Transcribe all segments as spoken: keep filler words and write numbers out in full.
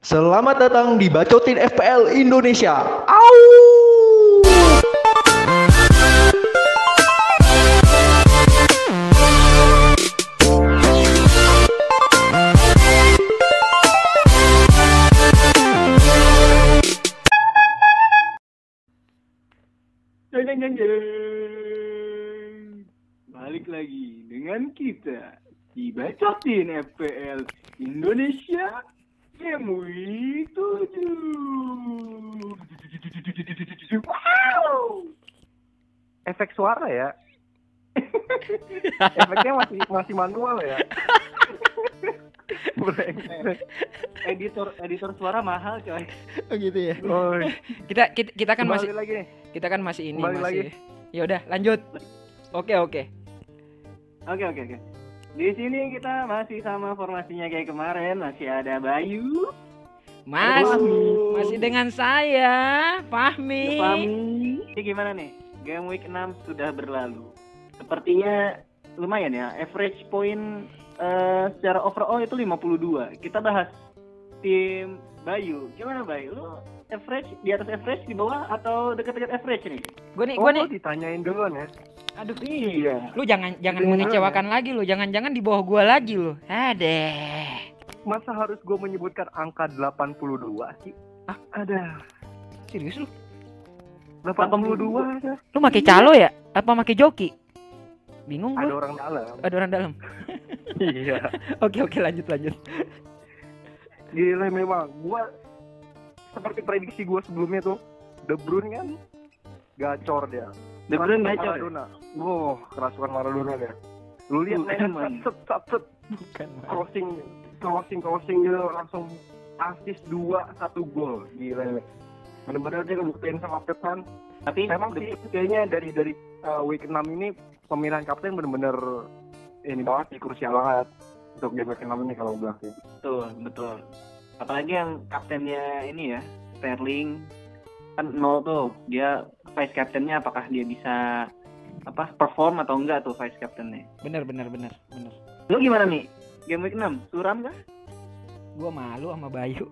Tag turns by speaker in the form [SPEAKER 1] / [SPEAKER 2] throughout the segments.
[SPEAKER 1] Selamat datang di Bacotin F P L Indonesia. Au!
[SPEAKER 2] Jeng jeng jeng jeng. Balik lagi dengan kita di Bacotin F P L Indonesia Game Week tujuh. Wow.
[SPEAKER 3] Efek suara ya. Efeknya masih masih manual ya.
[SPEAKER 2] editor editor suara mahal coy.
[SPEAKER 4] Oh gitu ya.
[SPEAKER 3] Oh,
[SPEAKER 4] Kita kita, kita kan
[SPEAKER 3] kembali
[SPEAKER 4] masih
[SPEAKER 3] lagi nih.
[SPEAKER 4] kita kan masih ini
[SPEAKER 3] Kembali
[SPEAKER 4] masih.
[SPEAKER 3] lagi.
[SPEAKER 4] Ya udah, lanjut. Oke, oke.
[SPEAKER 2] Oke oke oke. Di sini kita masih sama formasinya kayak kemarin, masih ada Bayu,
[SPEAKER 4] Mas,
[SPEAKER 2] Fahmi.
[SPEAKER 4] masih dengan saya, Fahmi.
[SPEAKER 2] Fahmi. Ini gimana nih? Game Week enam sudah berlalu. Sepertinya lumayan ya. Average point eh, secara overall itu lima puluh dua. Kita bahas tim Bayu. Gimana Bayu? Lu average di atas average, di bawah atau dekat-dekat average nih?
[SPEAKER 4] Gue nih,
[SPEAKER 3] Oh,
[SPEAKER 4] gue nih.
[SPEAKER 3] ditanyain duluan ya.
[SPEAKER 4] Aduh,
[SPEAKER 2] Iya.
[SPEAKER 4] lu jangan jangan
[SPEAKER 3] Beneran
[SPEAKER 4] mengecewakan lagi lu. Jangan-jangan di bawah gua lagi lu. Adeh.
[SPEAKER 3] Masa harus gue menyebutkan angka delapan puluh dua sih? Ah, ada.
[SPEAKER 4] Serius lu?
[SPEAKER 3] delapan puluh dua ada.
[SPEAKER 4] Lu pakai calo ya? Apa pakai joki? Bingung
[SPEAKER 3] Ada
[SPEAKER 4] gua.
[SPEAKER 3] orang dalam.
[SPEAKER 4] Ada orang dalam.
[SPEAKER 3] Iya.
[SPEAKER 4] Oke, oke, lanjut lanjut.
[SPEAKER 3] Gila memang. Gua seperti prediksi gue sebelumnya tuh, De Bruyne kan gacor dia.
[SPEAKER 2] De Bruyne
[SPEAKER 3] Kerasukan
[SPEAKER 2] gacor.
[SPEAKER 3] Maradona. Wow, kerasukan Maradona dia. Lu lihat
[SPEAKER 2] Bukan,
[SPEAKER 3] main
[SPEAKER 2] man.
[SPEAKER 3] set set set
[SPEAKER 4] Bukan. Man.
[SPEAKER 3] crossing crossing crossing gitu langsung assist dua satu gol. Gila. Benar-benar dia kebuktiin sama Pep kan.
[SPEAKER 2] Tapi
[SPEAKER 3] Memang sih kayaknya dari dari uh, week enam ini pemilihan kapten benar-benar ini banget sih, krusial banget untuk game week enam ini kalau gue bilang sih.
[SPEAKER 2] betul, betul. Apalagi yang kaptennya ini ya, Sterling kan nol tuh. Dia vice captainnya apakah dia bisa apa perform atau enggak tuh vice captainnya?
[SPEAKER 4] Bener bener bener bener.
[SPEAKER 2] Lu gimana nih? Game week enam, suram kah?
[SPEAKER 4] Gua malu sama Bayu.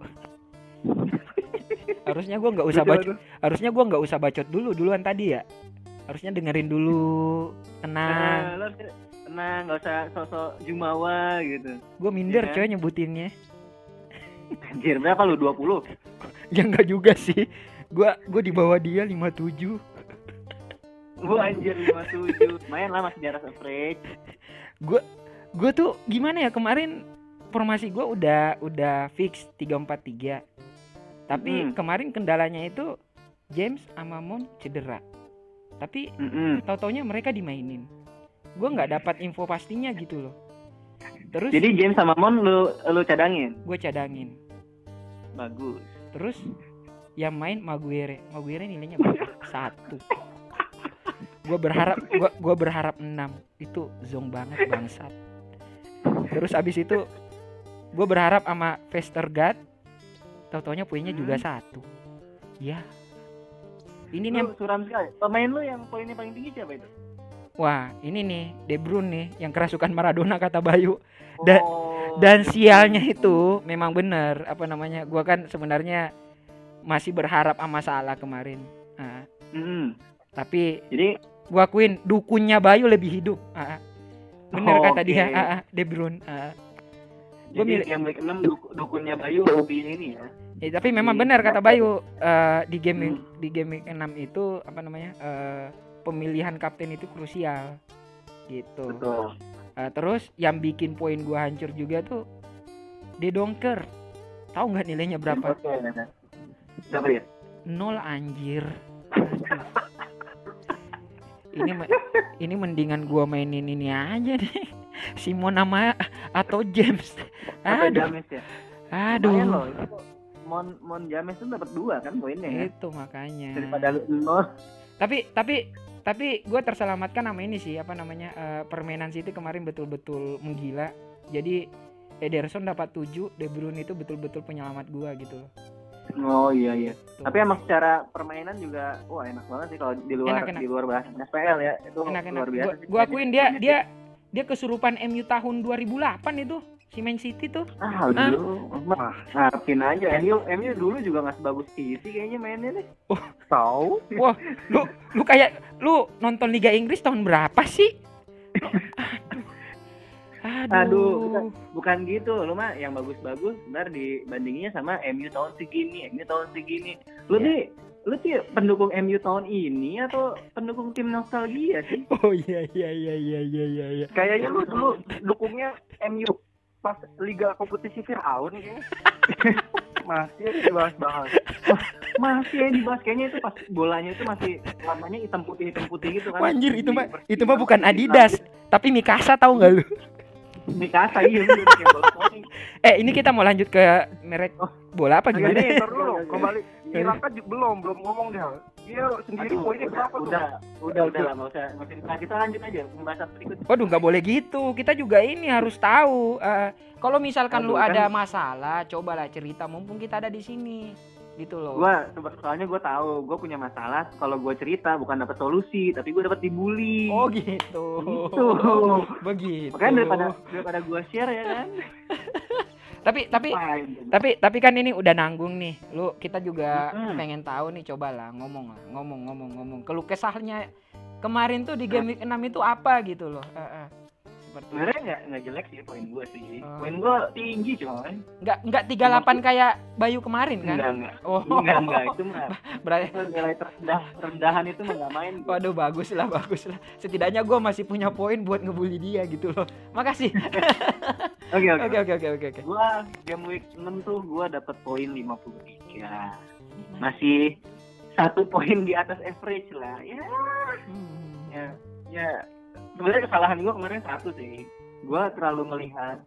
[SPEAKER 4] Harusnya gua nggak usah bacot. Harusnya gua nggak usah bacot dulu duluan tadi ya. Harusnya dengerin dulu, tenang.
[SPEAKER 2] Nah, lu harus tenang, nggak usah sosok jumawa gitu.
[SPEAKER 4] Gua minder
[SPEAKER 2] Iya.
[SPEAKER 4] coy nyebutinnya.
[SPEAKER 2] Anjir, berapa lu? dua puluh?
[SPEAKER 4] Ya nggak juga sih. Gua gua di bawah dia lima puluh tujuh.
[SPEAKER 2] Gua anjir lima puluh tujuh. Lumayan lah, masih di atas average.
[SPEAKER 4] Gua gua tuh gimana ya, kemarin formasi gua udah udah fix tiga empat tiga. Tapi
[SPEAKER 2] Hmm.
[SPEAKER 4] kemarin kendalanya itu James sama Mon cedera. Tapi
[SPEAKER 2] Mm-mm.
[SPEAKER 4] tahu-taunya mereka dimainin. Gua nggak dapat info pastinya gitu loh. Terus
[SPEAKER 2] Jadi James sama Mon lu lu cadangin.
[SPEAKER 4] gue cadangin.
[SPEAKER 2] Bagus.
[SPEAKER 4] Terus yang main Maguire. Maguire nilainya berapa? Satu. Gue berharap gua gua berharap enam. Itu zong banget bangsat. Terus abis itu gue berharap sama Vestergaard. Tahu-taunya poinnya juga
[SPEAKER 2] Hmm.
[SPEAKER 4] satu. Ya. Ini nih,
[SPEAKER 2] Lu suram sekali. Pemain lu yang poinnya paling tinggi siapa itu?
[SPEAKER 4] wah ini nih De Bruyne nih yang kerasukan Maradona kata Bayu. Da-
[SPEAKER 2] Oh,
[SPEAKER 4] Dan sialnya itu memang benar, apa namanya, gua kan sebenarnya masih berharap sama Salah kemarin. Nah,
[SPEAKER 2] Mm-mm.
[SPEAKER 4] tapi
[SPEAKER 2] Jadi
[SPEAKER 4] gua akuin dukunnya Bayu lebih hidup. Ah, bener
[SPEAKER 2] Oh,
[SPEAKER 4] kata
[SPEAKER 2] oke.
[SPEAKER 4] dia, ah, ah, De Bruyne. Ah. Gua
[SPEAKER 2] Jadi
[SPEAKER 4] milih-
[SPEAKER 2] game week enam duk- dukunnya Bayu lebih ini ya.
[SPEAKER 4] Ya, tapi memang
[SPEAKER 2] Di-
[SPEAKER 4] benar kata Bayu, eh, di game
[SPEAKER 2] Hmm.
[SPEAKER 4] di game enam itu apa namanya, eh, pemilihan kapten itu krusial gitu.
[SPEAKER 2] Betul.
[SPEAKER 4] Eh, terus yang bikin poin gua hancur juga tuh De Donker. Tahu nggak nilainya berapa?
[SPEAKER 2] Oke. Berapa ya?
[SPEAKER 4] Nol anjir. Aduh. Ini me- ini mendingan gua mainin ini aja deh. Simon sama atau James.
[SPEAKER 2] Apa
[SPEAKER 4] Aduh.
[SPEAKER 2] James ya? Lumayan loh.
[SPEAKER 4] Aduh.
[SPEAKER 2] Itu Mon Mon James tuh dapat dua kan poinnya ya.
[SPEAKER 4] Itu makanya.
[SPEAKER 2] Daripada lu nol.
[SPEAKER 4] Tapi tapi tapi gue terselamatkan sama ini sih, apa namanya, eh, permainan City kemarin betul-betul menggila. Jadi Ederson dapat tujuh, De Bruyne itu betul-betul penyelamat gua gitu loh.
[SPEAKER 2] Oh iya iya.
[SPEAKER 4] Tuh.
[SPEAKER 2] Tapi emang secara permainan juga wah enak banget sih kalau di luar
[SPEAKER 4] Enak, enak.
[SPEAKER 2] di luar bahasan S P L ya. Itu
[SPEAKER 4] Enak-enak.
[SPEAKER 2] luar biasa.
[SPEAKER 4] Gua,
[SPEAKER 2] sih.
[SPEAKER 4] gua akuin dia dia dia kesurupan M U tahun dua ribu delapan itu. Si Man City tuh.
[SPEAKER 2] Ah, dulu mah ngarepin aja. M U M U dulu juga nggak sebagus City kayaknya mainnya nih.
[SPEAKER 3] Tahu?
[SPEAKER 4] Wah, lu lu kayak lu nonton Liga Inggris tahun berapa sih? Aduh.
[SPEAKER 2] Aduh, bukan, bukan gitu. Lu mah yang bagus-bagus ntar dibandinginnya sama M U tahun segini, M U tahun segini. Lu
[SPEAKER 4] Ya.
[SPEAKER 2] nih, lu sih pendukung M U tahun ini atau pendukung tim nostalgia sih?
[SPEAKER 4] Oh iya iya iya iya iya iya. iya.
[SPEAKER 3] Kayaknya lu dulu dukungnya M U pas Liga kompetisi Firaun kayaknya. Masih dibahas-bahas.
[SPEAKER 2] Masih yang dibahas kayaknya itu pas bolanya itu masih warnanya hitam putih hitam putih gitu kan.
[SPEAKER 4] Wah, anjir itu mah
[SPEAKER 2] Bersih
[SPEAKER 4] itu mah
[SPEAKER 2] banget.
[SPEAKER 4] bukan Adidas, tapi Mikasa tahu nggak lu?
[SPEAKER 2] Mikasa iya bener kayak bola poni.
[SPEAKER 4] Eh ini kita mau lanjut ke merek
[SPEAKER 2] Oh.
[SPEAKER 4] bola apa
[SPEAKER 3] Gimana?
[SPEAKER 4] gimana?
[SPEAKER 3] Ini ntar dulu kembali. Iraka ju- belum belum ngomong dia. Dia sendiri
[SPEAKER 2] Aduh,
[SPEAKER 3] poinnya
[SPEAKER 2] udah,
[SPEAKER 3] berapa tuh?
[SPEAKER 2] udah, udah, udah lah, nggak usah, nggak usah. Nah, kita lanjut aja pembahasan berikut.
[SPEAKER 4] Waduh nggak boleh gitu. Kita juga ini harus tahu. eh, kalau misalkan lu
[SPEAKER 2] Aduh, kan-
[SPEAKER 4] ada masalah, cobalah cerita. Mumpung kita ada di sini, gitu loh.
[SPEAKER 2] Gua soalnya gue tahu, gue punya masalah. Kalau gue cerita bukan dapat solusi, tapi gue dapat dibully.
[SPEAKER 4] Oh gitu.
[SPEAKER 2] Gitu.
[SPEAKER 4] Begitu.
[SPEAKER 2] Makanya daripada daripada gue share ya kan.
[SPEAKER 4] Tapi tapi
[SPEAKER 2] Fine.
[SPEAKER 4] tapi tapi kan ini udah nanggung nih. Lu kita juga
[SPEAKER 2] Mm-mm.
[SPEAKER 4] pengen tahu nih, cobalah ngomong lah, ngomong ngomong ngomong. Keluh kesahnya kemarin tuh di game week enam itu apa gitu loh. Eh, eh. Seperti
[SPEAKER 2] Sebenarnya nggak nggak jelek sih poin gue sih.
[SPEAKER 4] Oh.
[SPEAKER 2] Poin gue tinggi coy.
[SPEAKER 4] nggak nggak tiga puluh delapan kayak Bayu kemarin kan?
[SPEAKER 2] Enggak enggak.
[SPEAKER 4] Oh.
[SPEAKER 2] Enggak enggak itu mah.
[SPEAKER 4] Berarti
[SPEAKER 2] Itu nilai terendah rendahan itu mah nggak main. gua.
[SPEAKER 4] waduh bagus lah bagus lah. Setidaknya gue masih punya poin buat ngebully dia gitu loh. Makasih.
[SPEAKER 2] Oke oke.
[SPEAKER 4] Oke oke oke oke oke.
[SPEAKER 2] Gua game week enam tuh gua dapat poin lima puluh tiga. Masih satu poin di atas average lah. Ya,
[SPEAKER 4] Hmm.
[SPEAKER 2] ya, ya. Sebenarnya kesalahan gua kemarin satu sih. Gua terlalu melihat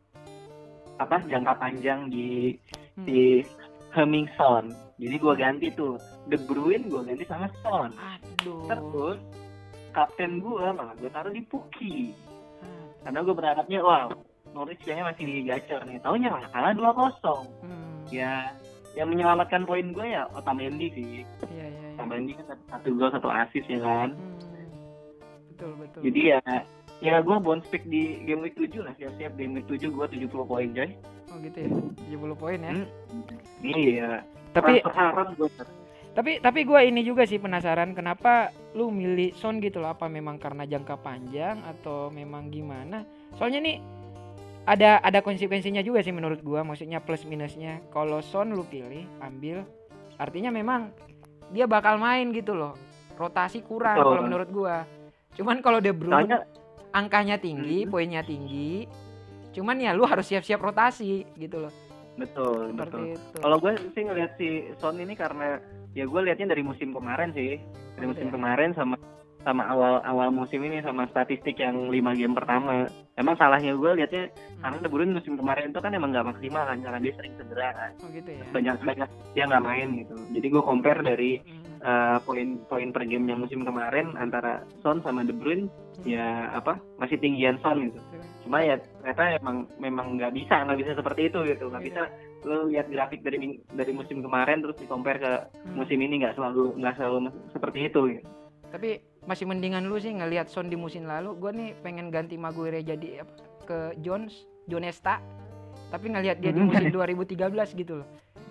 [SPEAKER 2] apa jangka panjang di
[SPEAKER 4] Hmm.
[SPEAKER 2] di Heung-min Son. Jadi gua ganti tuh De Bruyne gua ganti sama Son.
[SPEAKER 4] Aduh.
[SPEAKER 2] Terus kapten gua malah gua taruh di Puki.
[SPEAKER 4] Ah,
[SPEAKER 2] Karena gua berharapnya wow, Norwich kayaknya masih gacor nih. Taunya malah kalah dua kosong.
[SPEAKER 4] Hmm.
[SPEAKER 2] Ya, yang menyelamatkan poin gue ya Otamendi sih.
[SPEAKER 4] Iya iya iya.
[SPEAKER 2] Otamendi kan satu- satu gol satu assist ya kan.
[SPEAKER 4] Hmm. Betul betul.
[SPEAKER 2] Jadi ya ya gue bounce back di game week tujuh lah. Siap-siap game week tujuh gue tujuh puluh poin coy.
[SPEAKER 4] Oh gitu ya. tujuh puluh poin ya.
[SPEAKER 2] Hmm. Iya.
[SPEAKER 4] Tapi
[SPEAKER 2] harap gue
[SPEAKER 4] tapi tapi gue ini juga sih penasaran kenapa lu milih Son gitu loh, apa memang karena jangka panjang atau memang gimana? Soalnya nih ada ada konsekuensinya juga sih menurut gua, maksudnya plus minusnya. Kalau Son lu pilih ambil artinya memang dia bakal main gitu loh, rotasi kurang
[SPEAKER 2] Betul.
[SPEAKER 4] kalau menurut gua. Cuman kalau De Bruyne
[SPEAKER 2] soalnya
[SPEAKER 4] angkanya tinggi,
[SPEAKER 2] Mhm.
[SPEAKER 4] poinnya tinggi, cuman ya lu harus siap-siap rotasi gitu loh,
[SPEAKER 2] betul
[SPEAKER 4] seperti
[SPEAKER 2] betul.
[SPEAKER 4] itu.
[SPEAKER 2] Kalau gue sih ngeliat si Son ini karena ya gue liatnya dari musim kemarin sih. Dari
[SPEAKER 4] Oh,
[SPEAKER 2] musim
[SPEAKER 4] iya.
[SPEAKER 2] kemarin sama sama awal awal musim ini sama statistik yang lima game pertama. Emang salahnya gue liatnya karena De Bruyne musim kemarin itu kan emang nggak maksimal kan karena dia sering cedera kan.
[SPEAKER 4] Oh gitu ya.
[SPEAKER 2] banyak banyak dia nggak main gitu. Jadi gue compare dari
[SPEAKER 4] Hmm.
[SPEAKER 2] uh, poin-poin per gamenya musim kemarin antara Son sama De Bruyne ya apa masih tinggian Son gitu. Cuma ya ternyata emang memang nggak bisa nggak bisa seperti itu gitu nggak
[SPEAKER 4] Iya.
[SPEAKER 2] bisa lo lihat grafik dari ming- dari musim kemarin terus di compare ke
[SPEAKER 4] Hmm.
[SPEAKER 2] musim ini nggak selalu nggak selalu mes- seperti itu gitu.
[SPEAKER 4] Tapi masih mendingan lu sih ngelihat Son di musim lalu. Gue nih pengen ganti Maguire jadi apa, ke Jones, Jonesta. Tapi ngelihat dia di musim dua ribu tiga belas gitu loh.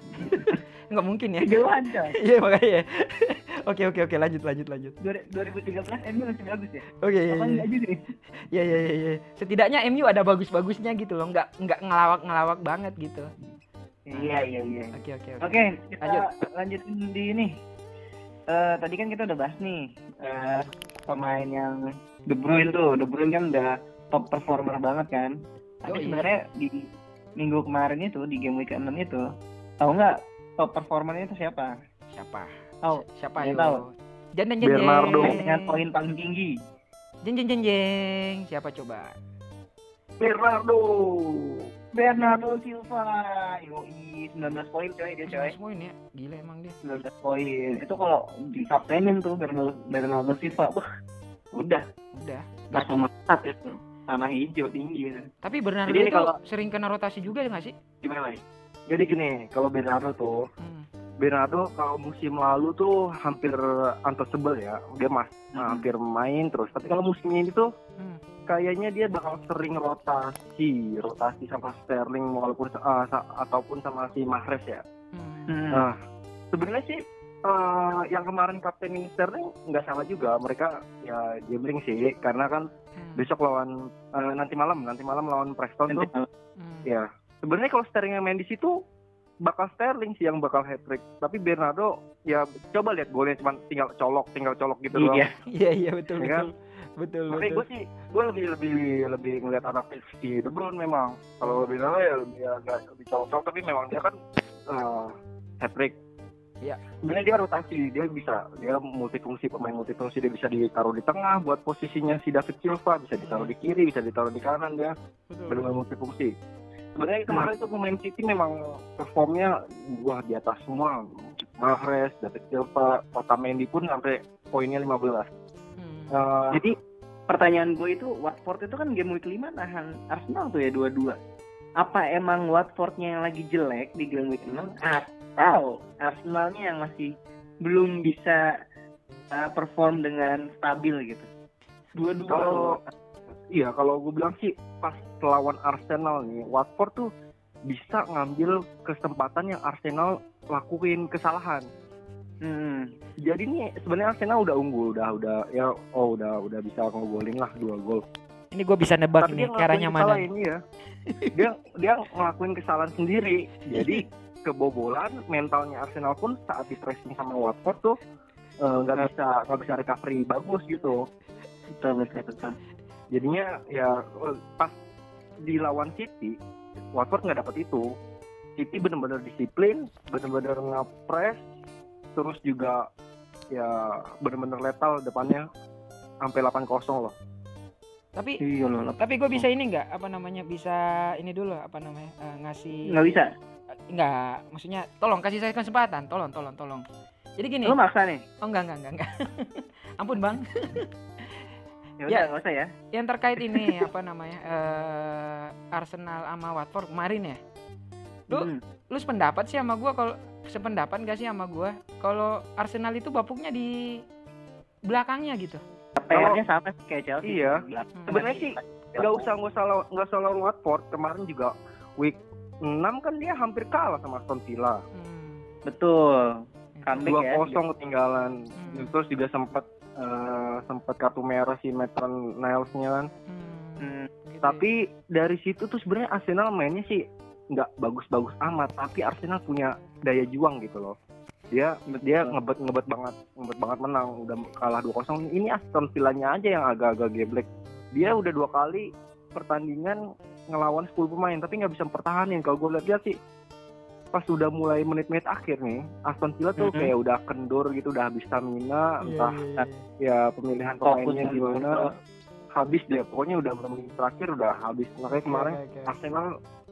[SPEAKER 4] Nggak mungkin ya.
[SPEAKER 2] Kejauhan coy.
[SPEAKER 4] Iya makanya. Oke oke oke lanjut lanjut lanjut.
[SPEAKER 2] dua ribu tiga belas M U masih bagus ya.
[SPEAKER 4] Oke iya
[SPEAKER 2] Apa
[SPEAKER 4] iya.
[SPEAKER 2] enggak gitu?
[SPEAKER 4] Iya iya iya. iya. Setidaknya M U ada bagus-bagusnya gitu loh. Nggak nggak ngelawak-ngelawak banget gitu.
[SPEAKER 2] Iya iya iya.
[SPEAKER 4] Oke oke oke.
[SPEAKER 2] Oke, kita
[SPEAKER 4] Lanjut.
[SPEAKER 2] lanjutin di ini. Eh, tadi kan kita udah bahas nih eh, pemain yang De Bruyne tuh. De Bruyne kan udah top performer banget kan. Tapi
[SPEAKER 4] Yoi.
[SPEAKER 2] sebenarnya di minggu kemarin itu di game week enam itu, tahu nggak top performernya itu siapa?
[SPEAKER 4] Siapa?
[SPEAKER 2] Tahu?
[SPEAKER 4] Siapa
[SPEAKER 2] Nggak
[SPEAKER 4] yo?
[SPEAKER 2] tahu.
[SPEAKER 4] Jeng jeng jeng.
[SPEAKER 3] Bernardo.
[SPEAKER 4] jeng.
[SPEAKER 2] Dengan poin paling tinggi.
[SPEAKER 4] Jeng jeng jeng jeng. Siapa coba?
[SPEAKER 3] Bernardo.
[SPEAKER 2] Bernardo Silva. Yoi, sembilan belas poin coy dia coy.
[SPEAKER 4] sembilan belas poin ya. Gila emang dia.
[SPEAKER 2] sembilan belas poin. Itu kalau dikaptenin tuh Bernardo, Bernardo Silva. Wah, udah.
[SPEAKER 4] Udah.
[SPEAKER 2] Langsung melekat itu. Tanah hijau tinggi gitu.
[SPEAKER 4] Tapi Bernardo
[SPEAKER 2] Jadi ini
[SPEAKER 4] itu
[SPEAKER 2] kalau-
[SPEAKER 4] sering kena rotasi juga nggak sih?
[SPEAKER 2] Gimana lagi?
[SPEAKER 3] Jadi gini, kalau Bernardo tuh,
[SPEAKER 4] Hmm.
[SPEAKER 3] Bernardo kalau musim lalu tuh hampir untouchable ya, dia mas
[SPEAKER 2] Hmm.
[SPEAKER 3] hampir main terus. Tapi kalau musim ini tuh
[SPEAKER 4] Hmm.
[SPEAKER 3] kayaknya dia bakal sering rotasi, rotasi sama Sterling walaupun uh, sa- ataupun sama si Mahrez ya.
[SPEAKER 4] Hmm.
[SPEAKER 2] Hmm.
[SPEAKER 3] Nah, sebenarnya sih uh, yang kemarin kaptenin Sterling nggak salah juga. Mereka ya gambling sih, karena kan
[SPEAKER 4] Hmm.
[SPEAKER 3] besok lawan uh, nanti malam, nanti malam lawan Preston tuh.
[SPEAKER 4] Hmm.
[SPEAKER 3] Ya, sebenarnya kalau Sterling yang main di situ bakal Sterling sih yang bakal hat-trick. Tapi Bernardo ya coba lihat golnya cuma tinggal colok, tinggal colok gitu doang.
[SPEAKER 2] Iya.
[SPEAKER 4] Iya iya betul
[SPEAKER 3] Ya
[SPEAKER 4] betul.
[SPEAKER 3] kan?
[SPEAKER 4] Betul
[SPEAKER 3] Tapi
[SPEAKER 4] betul.
[SPEAKER 3] gue sih, gue lebih lebih lebih ngeliat anak si De Bruyne memang. Kalau Bernardo ya lebih agak lebih colok-colok, tapi memang dia kan uh, hat-trick.
[SPEAKER 4] Iya.
[SPEAKER 3] Sebenarnya dia rotasi, dia bisa, dia multifungsi, pemain multifungsi, dia bisa ditaruh di tengah buat posisinya si David Silva, bisa ditaruh di kiri, bisa ditaruh di kanan, dia
[SPEAKER 4] Betul.
[SPEAKER 3] benar-benar multifungsi. Sebenarnya kemarin tuh pemain City memang performnya wah di atas semua. Mahrez, David Silva, Otamendi pun sampai poinnya lima belas.
[SPEAKER 4] Hmm.
[SPEAKER 3] Uh,
[SPEAKER 2] Jadi pertanyaan gue itu, Watford itu kan game week lima nahan Arsenal tuh ya dua dua. Apa emang Watfordnya yang lagi jelek di game week enam atau Arsenalnya yang masih belum bisa uh, perform dengan stabil gitu? Dua-dua.
[SPEAKER 3] Kalau iya, kalau gue bilang sih pas lawan Arsenal nih, Watford tuh bisa ngambil kesempatan yang Arsenal lakuin kesalahan.
[SPEAKER 2] Hmm.
[SPEAKER 3] Jadi nih sebenarnya Arsenal udah unggul, udah udah ya oh udah udah bisa ngegolin lah dua gol.
[SPEAKER 4] Ini gue bisa nebak
[SPEAKER 3] Tapi
[SPEAKER 4] nih
[SPEAKER 3] dia
[SPEAKER 4] caranya
[SPEAKER 3] ngelakuin
[SPEAKER 4] mana.
[SPEAKER 3] kesalahan ini ya. Dia dia ngelakuin kesalahan sendiri. Jadi kebobolan mentalnya Arsenal pun saat di pressing sama Watford tuh eh, nggak bisa nggak bisa recovery bagus gitu.
[SPEAKER 2] Betul betul betul.
[SPEAKER 3] Jadinya ya pas di lawan City, Watford nggak dapat itu. City benar-benar disiplin, benar-benar ngepres, terus juga ya benar-benar letal depannya sampai delapan kosong loh.
[SPEAKER 4] Tapi
[SPEAKER 2] Iya loh.
[SPEAKER 4] tapi gue bisa ini nggak apa namanya bisa ini dulu apa namanya eh, ngasih
[SPEAKER 2] Nggak bisa.
[SPEAKER 4] nggak maksudnya tolong kasih saya kesempatan tolong tolong tolong. Jadi gini.
[SPEAKER 2] Lu maksa nih?
[SPEAKER 4] Oh enggak enggak enggak enggak. Ampun bang.
[SPEAKER 2] Ya
[SPEAKER 4] Ya.
[SPEAKER 2] udah nggak usah ya.
[SPEAKER 4] Yang terkait ini apa namanya eh, Arsenal sama Watford kemarin ya. Lu
[SPEAKER 2] Hmm.
[SPEAKER 4] lu sependapat sih sama gua kalau sependapat gak sih sama gua kalau Arsenal itu bapuknya di belakangnya gitu.
[SPEAKER 2] P R-nya sama sih kayak Chelsea.
[SPEAKER 3] Iya.
[SPEAKER 2] Belakang.
[SPEAKER 3] Sebenarnya sih nggak usah nggak usah lawan- nggak usah lawan Watford, kemarin juga week enam kan dia hampir kalah sama Aston Villa.
[SPEAKER 4] Hmm.
[SPEAKER 2] Betul. Comeback
[SPEAKER 3] dua
[SPEAKER 2] ya.
[SPEAKER 3] kosong ketinggalan.
[SPEAKER 4] Hmm.
[SPEAKER 3] Terus juga sempat eh, sempat kartu merah si Maitland Niles-nya kan.
[SPEAKER 4] Hmm.
[SPEAKER 2] Hmm.
[SPEAKER 4] Gitu ya.
[SPEAKER 3] Tapi dari situ tuh sebenarnya Arsenal mainnya sih nggak bagus-bagus amat, tapi Arsenal punya daya juang gitu loh. Dia dia ngebet ngebet banget, ngebet banget menang, udah kalah dua kosong. Ini Aston Villa-nya aja yang agak-agak geblek. Dia udah dua kali pertandingan ngelawan sepuluh pemain tapi nggak bisa mempertahanin. Kalau gue lihat sih pas udah mulai menit-menit akhir nih, Aston Villa tuh
[SPEAKER 2] Mhm.
[SPEAKER 3] kayak udah kendur gitu, udah habis stamina,
[SPEAKER 4] Iya,
[SPEAKER 3] entah
[SPEAKER 4] iya, iya.
[SPEAKER 3] ya pemilihan
[SPEAKER 2] Fokus
[SPEAKER 3] pemainnya
[SPEAKER 2] kan.
[SPEAKER 3] gimana, habis deh. Pokoknya udah menit terakhir udah habis. Makanya kemarin
[SPEAKER 4] Oke, oke, oke.
[SPEAKER 3] Arsenal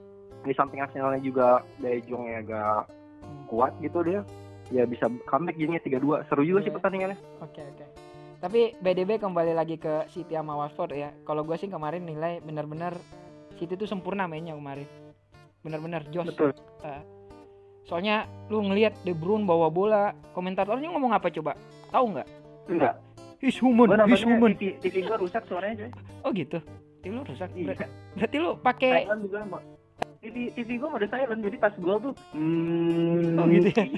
[SPEAKER 3] di samping Arsenalnya juga daya juangnya agak
[SPEAKER 4] Hmm.
[SPEAKER 3] kuat gitu dia, ya bisa comeback jadinya tiga dua. Seru juga
[SPEAKER 4] Iya.
[SPEAKER 3] sih pertandingannya.
[SPEAKER 4] Oke oke. Tapi B D B kembali lagi ke City sama Watford ya. Kalau gue sih kemarin nilai benar-benar City tuh sempurna mainnya kemarin. Benar-benar jos.
[SPEAKER 2] Betul.
[SPEAKER 4] Eh, soalnya lu ngelihat De Bruyne bawa bola, komentatornya ngomong apa coba? Tahu nggak?
[SPEAKER 2] Enggak.
[SPEAKER 4] He's human,
[SPEAKER 2] Gua
[SPEAKER 4] he's human.
[SPEAKER 2] nontonnya T V, T V gua rusak suaranya coy.
[SPEAKER 4] Oh gitu. T V lu rusak.
[SPEAKER 2] Iya.
[SPEAKER 4] Ber- Berarti lu pakai
[SPEAKER 2] Silent juga Mbak. T V T V gua mode silent, jadi pas gol tuh hmm,
[SPEAKER 4] Oh, gitu ya?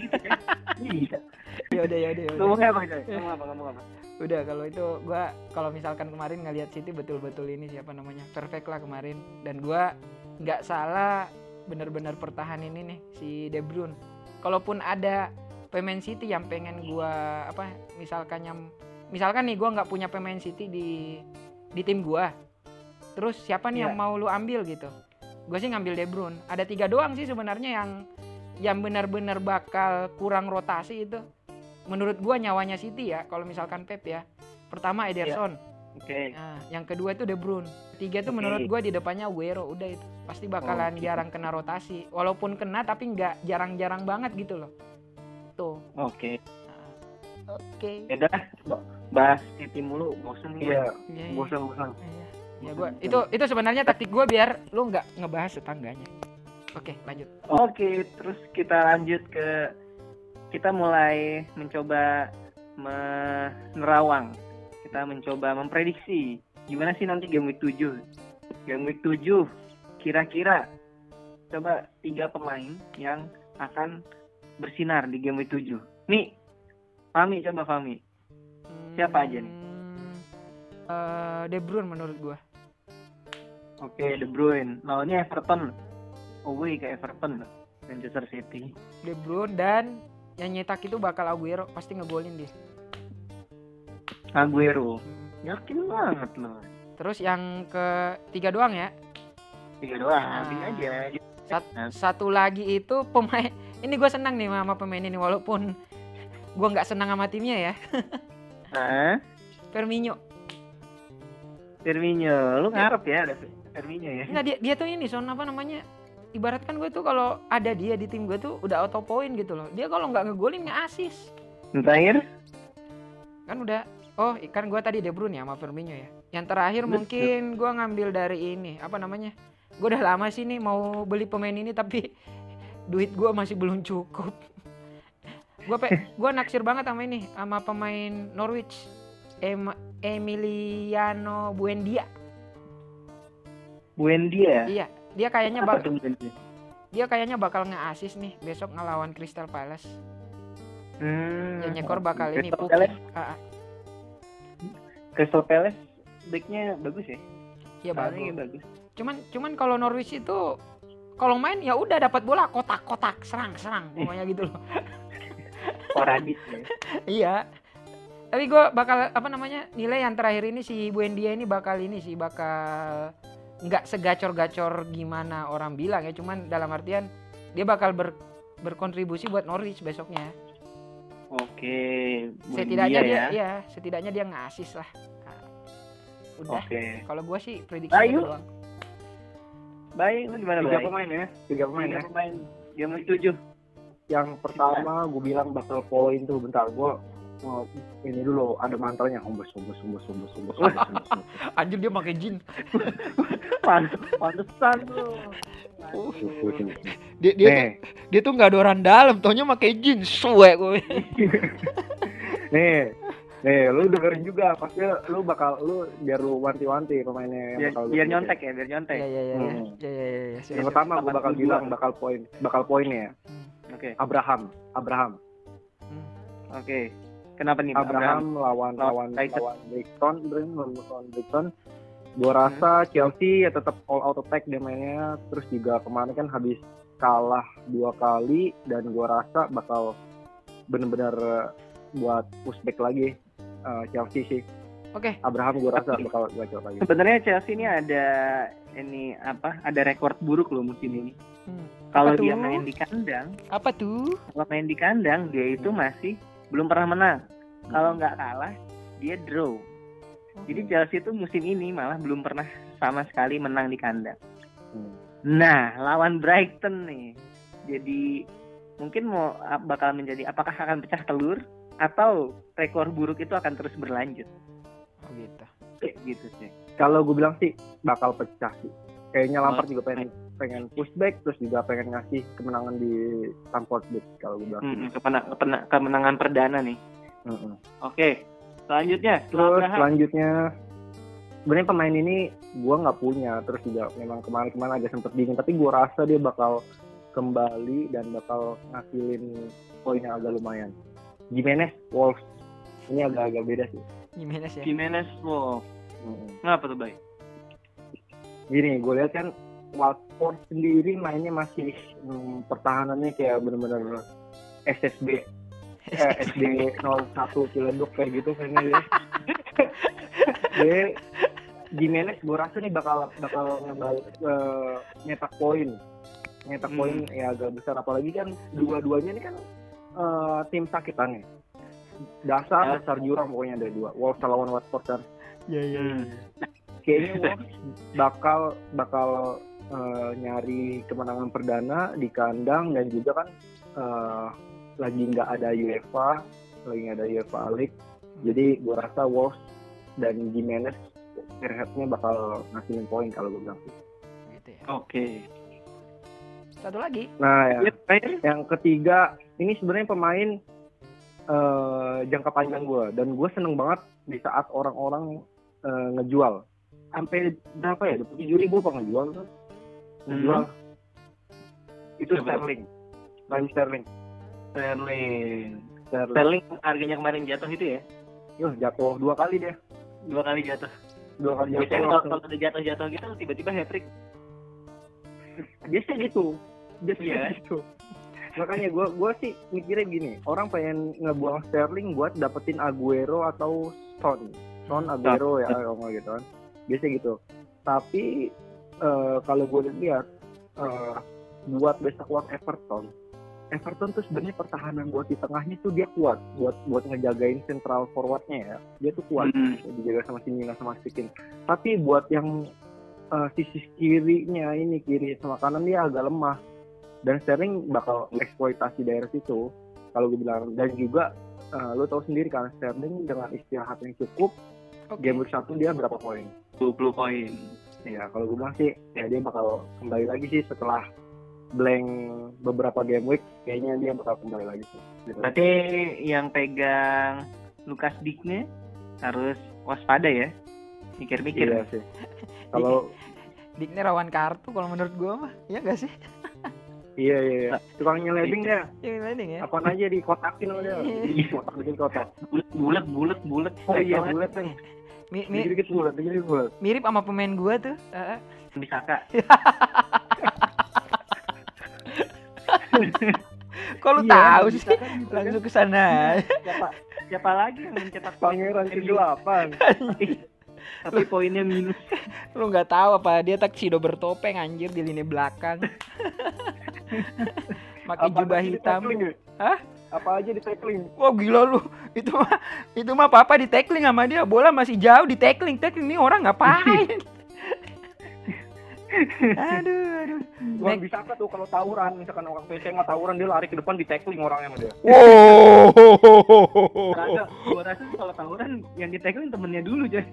[SPEAKER 2] Iya.
[SPEAKER 4] ya udah ya udah. ya udah.
[SPEAKER 2] Ngomongnya apa coy? Ngomong apa? Ngomong apa?
[SPEAKER 4] Udah kalau itu gua kalau misalkan kemarin ngelihat City betul-betul ini siapa namanya perfect lah kemarin dan gua nggak salah bener-bener pertahanin ini nih si De Bruyne. Kalaupun ada pemain City yang pengen gua apa misalkan yang misalkan nih gua nggak punya pemain City di di tim gua, terus siapa nih
[SPEAKER 2] Iya.
[SPEAKER 4] yang mau lu ambil gitu? Gua sih ngambil De Bruyne. Ada tiga doang sih sebenarnya yang yang benar-benar bakal kurang rotasi itu. Menurut gua nyawanya City ya kalau misalkan Pep ya. Pertama Ederson.
[SPEAKER 2] Oke.
[SPEAKER 4] Nah, yang kedua itu De Bruyne. Tiga itu
[SPEAKER 2] Oke.
[SPEAKER 4] menurut gua di depannya Aguero. Udah itu. Pasti bakalan
[SPEAKER 2] Oke.
[SPEAKER 4] jarang kena rotasi. Walaupun kena tapi nggak jarang-jarang banget gitu loh. Tuh.
[SPEAKER 2] Oke.
[SPEAKER 4] Nah, Oke.
[SPEAKER 2] Ya udah, bahas City mulu, bosan nih.
[SPEAKER 3] Iya,
[SPEAKER 4] Iya, iya.
[SPEAKER 3] bosan-bosan.
[SPEAKER 4] Iya. Ya gua itu itu sebenarnya taktik gua biar lu nggak ngebahas tetangganya. Oke, lanjut.
[SPEAKER 2] Oke, terus kita lanjut ke kita mulai mencoba menerawang. Kita mencoba memprediksi gimana sih nanti game week tujuh? Game week tujuh kira-kira coba tiga pemain yang akan bersinar di game week tujuh. Nih, Fahmi coba Fahmi. Siapa aja nih?
[SPEAKER 4] Hmm, eh, De Bruyne menurut gua.
[SPEAKER 2] Oke, De Bruyne. Lawannya Everton. Away ke Everton. Manchester City.
[SPEAKER 4] De Bruyne dan yang nyetak itu bakal Aguero, pasti ngegolin dia.
[SPEAKER 2] Aguero.
[SPEAKER 4] Hmm.
[SPEAKER 2] Yakin banget loh.
[SPEAKER 4] Terus yang ketiga doang ya.
[SPEAKER 2] Tiga doang,
[SPEAKER 4] Nah.
[SPEAKER 2] habis aja.
[SPEAKER 4] Sat- satu lagi itu pemain. Ini gue senang nih sama pemain ini walaupun gue nggak senang sama timnya ya.
[SPEAKER 2] Nah,
[SPEAKER 4] Firmino.
[SPEAKER 2] Firmino. Lu ngarep ya ada Firmino ya?
[SPEAKER 4] Nggak, dia dia tuh ini son apa namanya? Ibaratkan gue tuh kalau ada dia di tim gue tuh udah auto point gitu loh. Dia kalau nggak ngegolin nge-assist.
[SPEAKER 2] Yang terakhir?
[SPEAKER 4] Kan udah. Oh, kan gue tadi De Bruyne ya sama Firmino ya. Yang terakhir
[SPEAKER 2] Betul.
[SPEAKER 4] mungkin gue ngambil dari ini apa namanya? Gue udah lama sih nih mau beli pemain ini tapi duit gue masih belum cukup. Gue pe gue naksir banget sama ini sama pemain Norwich, em Emiliano Buendia.
[SPEAKER 2] Buendia.
[SPEAKER 4] Iya, dia kayaknya
[SPEAKER 2] Apa
[SPEAKER 4] bak
[SPEAKER 2] tuh Buendia?
[SPEAKER 4] dia kayaknya bakal nge-assist nih besok ngelawan Crystal Palace.
[SPEAKER 2] Hmm.
[SPEAKER 4] Yang nyekor bakal ini
[SPEAKER 2] Crystal
[SPEAKER 4] Pukki.
[SPEAKER 2] Palace.
[SPEAKER 4] Ah, ah.
[SPEAKER 2] Crystal Palace backnya bagus ya?
[SPEAKER 4] Iya
[SPEAKER 2] Soalnya
[SPEAKER 4] bagus.
[SPEAKER 2] bagus.
[SPEAKER 4] Cuman cuman kalau Norwich itu kalau main ya udah dapat bola kotak-kotak serang-serang pokoknya gitu loh.
[SPEAKER 2] Sporadis ya.
[SPEAKER 4] Iya. Tapi gue bakal apa namanya nilai yang terakhir ini si Buendia ini bakal ini sih bakal nggak segacor-gacor gimana orang bilang ya, cuman dalam artian dia bakal ber, berkontribusi buat Norwich besoknya.
[SPEAKER 2] Oke.
[SPEAKER 4] Setidaknya
[SPEAKER 2] Buendia
[SPEAKER 4] dia
[SPEAKER 2] ya.
[SPEAKER 4] ya setidaknya dia ngasih lah. Nah, udah.
[SPEAKER 2] Oke.
[SPEAKER 4] Kalau gue sih prediksi
[SPEAKER 2] Ayo.
[SPEAKER 4] gitu doang.
[SPEAKER 2] Baik, lu gimana
[SPEAKER 3] Tiga
[SPEAKER 2] Bay?
[SPEAKER 3] pemain ya, tiga pemain
[SPEAKER 2] Tiga
[SPEAKER 3] ya.
[SPEAKER 2] pemain game week tujuh.
[SPEAKER 3] Yang pertama gue bilang bakal poin tuh, bentar gue oh, ini dulu ada mantranya ombus ombus ombus ombus ombus ombus ombus.
[SPEAKER 4] Anjir dia pakai jin.
[SPEAKER 2] Pantesan tuh.
[SPEAKER 4] Dia dia tuh,
[SPEAKER 3] Nih,
[SPEAKER 4] dia tuh nggak ada orang dalam, taunya pakai jin. Suwe gue.
[SPEAKER 3] nih, nih, lu dengerin juga, pasti lu bakal lu biar lu wanti-wanti pemainnya yang
[SPEAKER 2] Biar,
[SPEAKER 3] bakal lu
[SPEAKER 2] biar
[SPEAKER 3] pilih.
[SPEAKER 2] nyontek ya, biar nyontek.
[SPEAKER 4] Iya iya iya.
[SPEAKER 3] Hmm.
[SPEAKER 4] Iya iya iya. iya.
[SPEAKER 3] Yang
[SPEAKER 4] Siap,
[SPEAKER 3] pertama gue bakal
[SPEAKER 2] delapan puluh dua.
[SPEAKER 3] bilang bakal poin, bakal poinnya ya.
[SPEAKER 2] Oke.
[SPEAKER 3] Abraham, Abraham,
[SPEAKER 2] Oke. Kenapa nih Pak
[SPEAKER 3] Abraham lawan
[SPEAKER 2] Lawan
[SPEAKER 3] lawan
[SPEAKER 2] Brighton.
[SPEAKER 3] lawan Brighton, Brighton, lawan Brighton. Gue rasa Chelsea ya tetap all out attack dia mainnya. Terus juga kemarin kan habis kalah dua kali dan gue rasa bakal bener-bener eh, buat pushback lagi eh, Chelsea sih.
[SPEAKER 4] Oke.
[SPEAKER 3] Abraham gue rasa bakal gacor lagi.
[SPEAKER 2] Sebenarnya Chelsea ini ada ini apa? Ada rekor buruk loh musim ini.
[SPEAKER 4] Hmm.
[SPEAKER 2] Kalau
[SPEAKER 4] Apa
[SPEAKER 2] dia
[SPEAKER 4] tuh?
[SPEAKER 2] main di kandang,
[SPEAKER 4] Apa tuh?
[SPEAKER 2] kalau main di kandang dia itu masih belum pernah menang. Kalau nggak kalah, dia draw. Jadi Chelsea itu musim ini malah belum pernah sama sekali menang di kandang.
[SPEAKER 3] Hmm.
[SPEAKER 2] Nah, lawan Brighton nih. Jadi mungkin mau bakal menjadi apakah akan pecah telur atau rekor buruk itu akan terus berlanjut.
[SPEAKER 4] Oh gitu.
[SPEAKER 2] Kayak gitu sih.
[SPEAKER 3] Kalau gue bilang sih bakal pecah sih. Kayaknya Lampard
[SPEAKER 2] Oh,
[SPEAKER 3] juga pengen pengen pushback, terus juga pengen ngasih kemenangan di Stamford Bridge kalau gue bilang.
[SPEAKER 2] Hmm, kepena- kepena- kemenangan perdana nih.
[SPEAKER 3] Mm-mm.
[SPEAKER 2] Oke. Selanjutnya,
[SPEAKER 3] Terus
[SPEAKER 2] Abraham.
[SPEAKER 3] selanjutnya sebenarnya pemain ini gue nggak punya, terus juga memang kemarin-kemarin agak sempet bingung, tapi gue rasa dia bakal kembali dan bakal ngasilin poinnya agak lumayan. Jimenez Wolves ini agak-agak beda sih.
[SPEAKER 4] Jimenez ya.
[SPEAKER 2] Jimenez, wow.
[SPEAKER 3] Mm-mm.
[SPEAKER 2] Kenapa tuh, Bay?
[SPEAKER 3] Gini, gue lihat kan Watford sendiri mainnya masih hmm, pertahanannya kayak bener-bener S S B eh, S D nol satu Ciledug kayak gitu kayaknya dia. Dia Jimenez gue rasa nih bakal bakal ngebalik eh, nyetak poin. Nyetak
[SPEAKER 2] Hmm.
[SPEAKER 3] poin ya agak besar, apalagi kan dua-duanya ini kan eh, tim sakitannya. Dasar
[SPEAKER 2] Ya.
[SPEAKER 3] dasar jurang pokoknya ada dua. Wolves lawan Watford kan.
[SPEAKER 4] Iya iya.
[SPEAKER 2] Hmm.
[SPEAKER 3] Kayaknya Wolves bakal bakal eh, nyari kemenangan perdana di kandang, dan juga kan eh, lagi nggak ada UEFA, lagi nggak ada UEFA League, jadi gue rasa Wolves dan Jimenez Gerhardnya bakal ngasilin poin kalau gue bilang sih.
[SPEAKER 4] Gitu ya.
[SPEAKER 2] Oke.
[SPEAKER 4] Satu lagi.
[SPEAKER 3] Nah ya,
[SPEAKER 2] Ya, terakhir.
[SPEAKER 3] yang ketiga ini sebenarnya pemain eh, jangka panjang gue, dan gue seneng banget di saat orang-orang eh, ngejual sampai berapa ya? dua puluh tujuh ribu apa ngejual tuh? Ngejual. Itu
[SPEAKER 2] Coba.
[SPEAKER 3] Sterling. Raheem Sterling.
[SPEAKER 2] Sterling.
[SPEAKER 3] Sterling.
[SPEAKER 2] Sterling harganya kemarin jatuh itu ya?
[SPEAKER 3] Yuh, jatuh dua kali dia.
[SPEAKER 2] Dua kali jatuh.
[SPEAKER 3] Dua kali jatuh.
[SPEAKER 2] Biasanya kalau
[SPEAKER 3] langsung.
[SPEAKER 2] kalau udah jatuh-jatuh gitu tiba-tiba hat-trick.
[SPEAKER 3] Biasanya gitu. Biasanya
[SPEAKER 2] Iya.
[SPEAKER 3] gitu. Makanya gue gue sih mikirnya gini, orang pengen ngebuang Sterling buat dapetin Aguero atau Son, Son Aguero ya kalau nggak gitu kan, biasa gitu. Tapi eh, kalau gue lihat eh, buat besok lawan Everton, Everton tuh sebenarnya pertahanan buat di tengahnya tuh dia kuat, buat buat ngejagain central forwardnya ya, dia tuh kuat,
[SPEAKER 2] Hmm.
[SPEAKER 3] dijaga sama si Mina sama Stikin. Tapi buat yang eh, sisi kirinya ini kiri sama kanan dia agak lemah. Dan Sterling bakal eksploitasi daerah situ kalau gue bilang. Dan juga uh, lo tahu sendiri kan Sterling dengan istirahat yang cukup,
[SPEAKER 4] Oke.
[SPEAKER 3] game week satu dia berapa poin?
[SPEAKER 2] dua puluh poin.
[SPEAKER 3] Ya kalau gue bilang sih ya dia bakal kembali lagi sih setelah blank beberapa game week, kayaknya dia bakal kembali lagi sih gitu.
[SPEAKER 2] Berarti yang pegang Lukas Digne harus waspada ya. Mikir-mikir.
[SPEAKER 3] Iya sih. Kalau
[SPEAKER 4] Digne rawan kartu kalau menurut gua mah. Iya enggak sih?
[SPEAKER 3] iya iya iya. Tukang nyeleding dia,
[SPEAKER 4] Yang landing ya.
[SPEAKER 3] apaan aja dikotakin sama dia.
[SPEAKER 2] Iya.
[SPEAKER 3] Kotak bikin kotak.
[SPEAKER 2] Bulat bulat bulat.
[SPEAKER 3] Oh iya bulat nih.
[SPEAKER 4] Mi- mi-
[SPEAKER 3] Dikit-dikit bulat, dikit-dikit bulat.
[SPEAKER 4] mirip sama pemain gua tuh. Heeh.
[SPEAKER 2] Bisaka.
[SPEAKER 4] Kok lu
[SPEAKER 3] Iya,
[SPEAKER 4] tahu
[SPEAKER 3] bisa
[SPEAKER 4] sih?
[SPEAKER 3] kan gitu kan.
[SPEAKER 4] Langsung ke sana.
[SPEAKER 2] Siapa siapa lagi yang mencetak poin?
[SPEAKER 3] Pangeran kegelapan.
[SPEAKER 2] Tapi poinnya minus.
[SPEAKER 4] Lu nggak tahu apa dia tuxedo bertopeng anjir di lini belakang. Pakai
[SPEAKER 3] Apa
[SPEAKER 4] jubah
[SPEAKER 3] aja di
[SPEAKER 4] hitam.
[SPEAKER 3] tackling ya?
[SPEAKER 4] Hah?
[SPEAKER 3] Apa aja di tackling?
[SPEAKER 4] Wah gila lu. Itu mah itu mah papa di tackling sama dia. Bola masih jauh di tackling. Tackling ini orang ngapain? aduh, aduh.
[SPEAKER 3] Gua
[SPEAKER 4] Nek-
[SPEAKER 3] bisa apa tuh kalau tawuran, misalkan orang P C nggak tawuran dia lari ke depan di tackling orangnya sama dia.
[SPEAKER 4] Wow.
[SPEAKER 2] Kagak, gua rasa kalau tawuran yang di tackling temennya dulu jadi.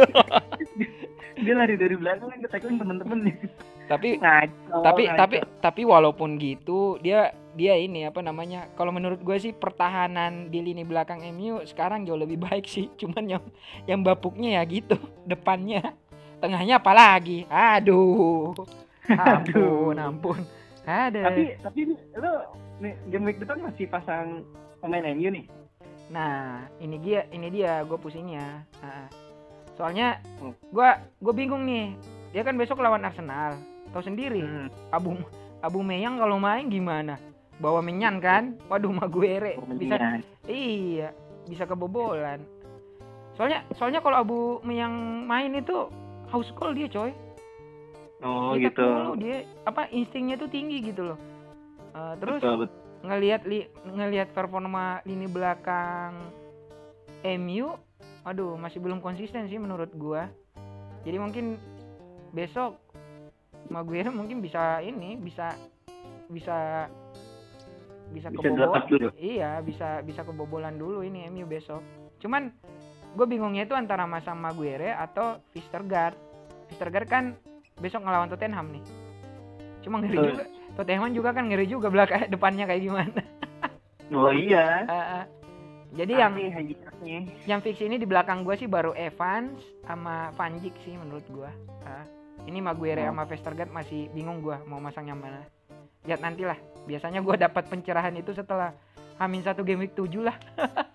[SPEAKER 2] Dia lari dari belakang yang ke tackling temen-temennya.
[SPEAKER 4] Tapi
[SPEAKER 2] Ngaco.
[SPEAKER 4] tapi
[SPEAKER 2] ngaco.
[SPEAKER 4] tapi tapi walaupun gitu dia dia ini apa namanya, kalau menurut gue sih pertahanan di lini belakang M U sekarang jauh lebih baik sih, cuman yang yang bapuknya ya gitu depannya, tengahnya apalagi aduh ampun ampun ada.
[SPEAKER 2] Tapi tapi lu nih game week depan masih pasang pemain M U nih.
[SPEAKER 4] Nah ini dia ini dia gue pusingnya. Nah, soalnya
[SPEAKER 2] Hmm.
[SPEAKER 4] gue gue bingung nih, dia kan besok lawan Arsenal, tahu sendiri.
[SPEAKER 2] Hmm.
[SPEAKER 4] Abu Abu Meyang kalau main gimana? Bawa menyan kan? Waduh Maguire bisa iya, bisa kebobolan. Soalnya soalnya kalau Abu Meyang main itu house call dia coy.
[SPEAKER 2] Oh
[SPEAKER 4] Nyetak
[SPEAKER 2] gitu.
[SPEAKER 4] mulu, dia apa instingnya tuh tinggi gitu loh. Eh, terus
[SPEAKER 2] Betul, betul.
[SPEAKER 4] ngelihat li, ngelihat performa lini belakang M U, aduh masih belum konsisten sih menurut gua. Jadi mungkin besok Maguire mungkin bisa ini bisa bisa bisa
[SPEAKER 2] Bisa
[SPEAKER 4] kebobolan.
[SPEAKER 2] dilepas dulu.
[SPEAKER 4] Iya, bisa bisa kebobolan dulu ini M U besok. Cuman gue bingungnya itu antara masang Maguire atau Vestergaard. Vestergaard kan besok ngelawan Tottenham nih. Cuma ngeri
[SPEAKER 2] Betul.
[SPEAKER 4] juga. Tottenham juga kan ngeri juga belakang depannya kayak gimana.
[SPEAKER 2] Oh iya.
[SPEAKER 4] Ah, ah. Jadi yang
[SPEAKER 2] Aneh hajinya.
[SPEAKER 4] yang fix ini di belakang gue sih baru Evans sama Van Dijk sih menurut gue. Ah, ini Maguire
[SPEAKER 2] Oh.
[SPEAKER 4] sama Vestergaard masih bingung gue mau masang yang mana. Lihat nantilah. Biasanya gue dapat pencerahan itu setelah Hamin satu game week tujuh lah.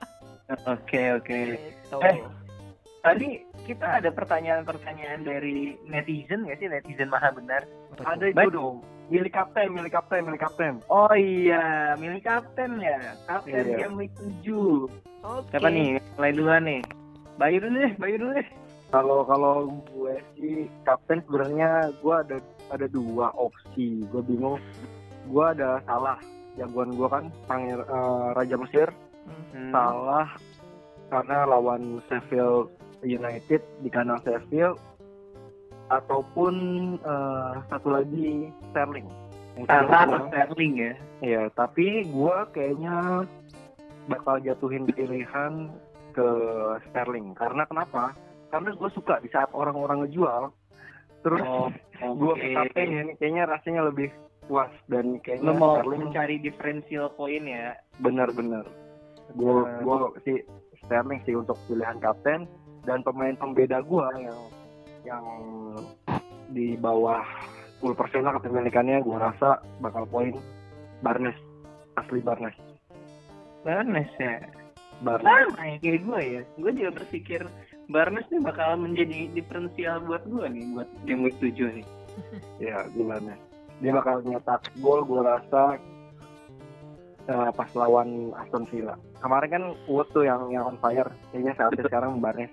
[SPEAKER 2] Oke oke.
[SPEAKER 4] Gitu.
[SPEAKER 2] Eh. Tadi kita ada pertanyaan-pertanyaan dari netizen nggak sih, netizen maha benar?
[SPEAKER 3] Ada itu
[SPEAKER 2] Baik.
[SPEAKER 3] dong. Milik kapten, milik kapten, milik kapten.
[SPEAKER 2] Oh iya, milik kapten ya. Kapten
[SPEAKER 3] Iya.
[SPEAKER 2] game week tujuh.
[SPEAKER 4] Oke.
[SPEAKER 2] Siapa nih? Mulai duluan nih. Bayu dulu deh, Bayu dulu deh.
[SPEAKER 3] Kalau kalau gue sih kapten sebenarnya gue ada ada dua opsi. Gue bingung. Gue ada Salah. Jagoan gue kan Panger eh, Raja Mesir.
[SPEAKER 2] Hmm.
[SPEAKER 3] Salah karena lawan Sheffield United di kandang Sheffield, ataupun eh, satu lagi Sterling. Yang
[SPEAKER 2] Salah
[SPEAKER 3] kedua-
[SPEAKER 2] atau Sterling ya?
[SPEAKER 3] Iya, tapi gue kayaknya bakal jatuhin pilihan ke Sterling. Karena kenapa? Karena gue suka di saat orang-orang ngejual, terus
[SPEAKER 2] Oh,
[SPEAKER 3] gue
[SPEAKER 2] oke.
[SPEAKER 3] kaptennya kayaknya rasanya lebih puas dan kayaknya
[SPEAKER 2] Lo mau
[SPEAKER 3] Sterling
[SPEAKER 2] mencari differential point ya?
[SPEAKER 3] benar-benar. Gue
[SPEAKER 2] Nah.
[SPEAKER 3] gue sih Sterling sih untuk pilihan kapten, dan pemain pembeda gue yang yang di bawah sepuluh persen lah kepemilikannya, gue rasa bakal poin Barnes, asli Barnes.
[SPEAKER 2] Barnes ya.
[SPEAKER 3] Barnes.
[SPEAKER 2] Sama ya kayak gue ya. Gue juga berpikir Barnes nih bakal menjadi diferensial buat gue nih, buat game week tujuh nih.
[SPEAKER 3] Ya, di Barnes. Dia bakal nyetak gol, gue rasa uh, pas lawan Aston Villa. Kemarin kan Wood tuh yang yang on fire, kayaknya saatnya sekarang Barnes.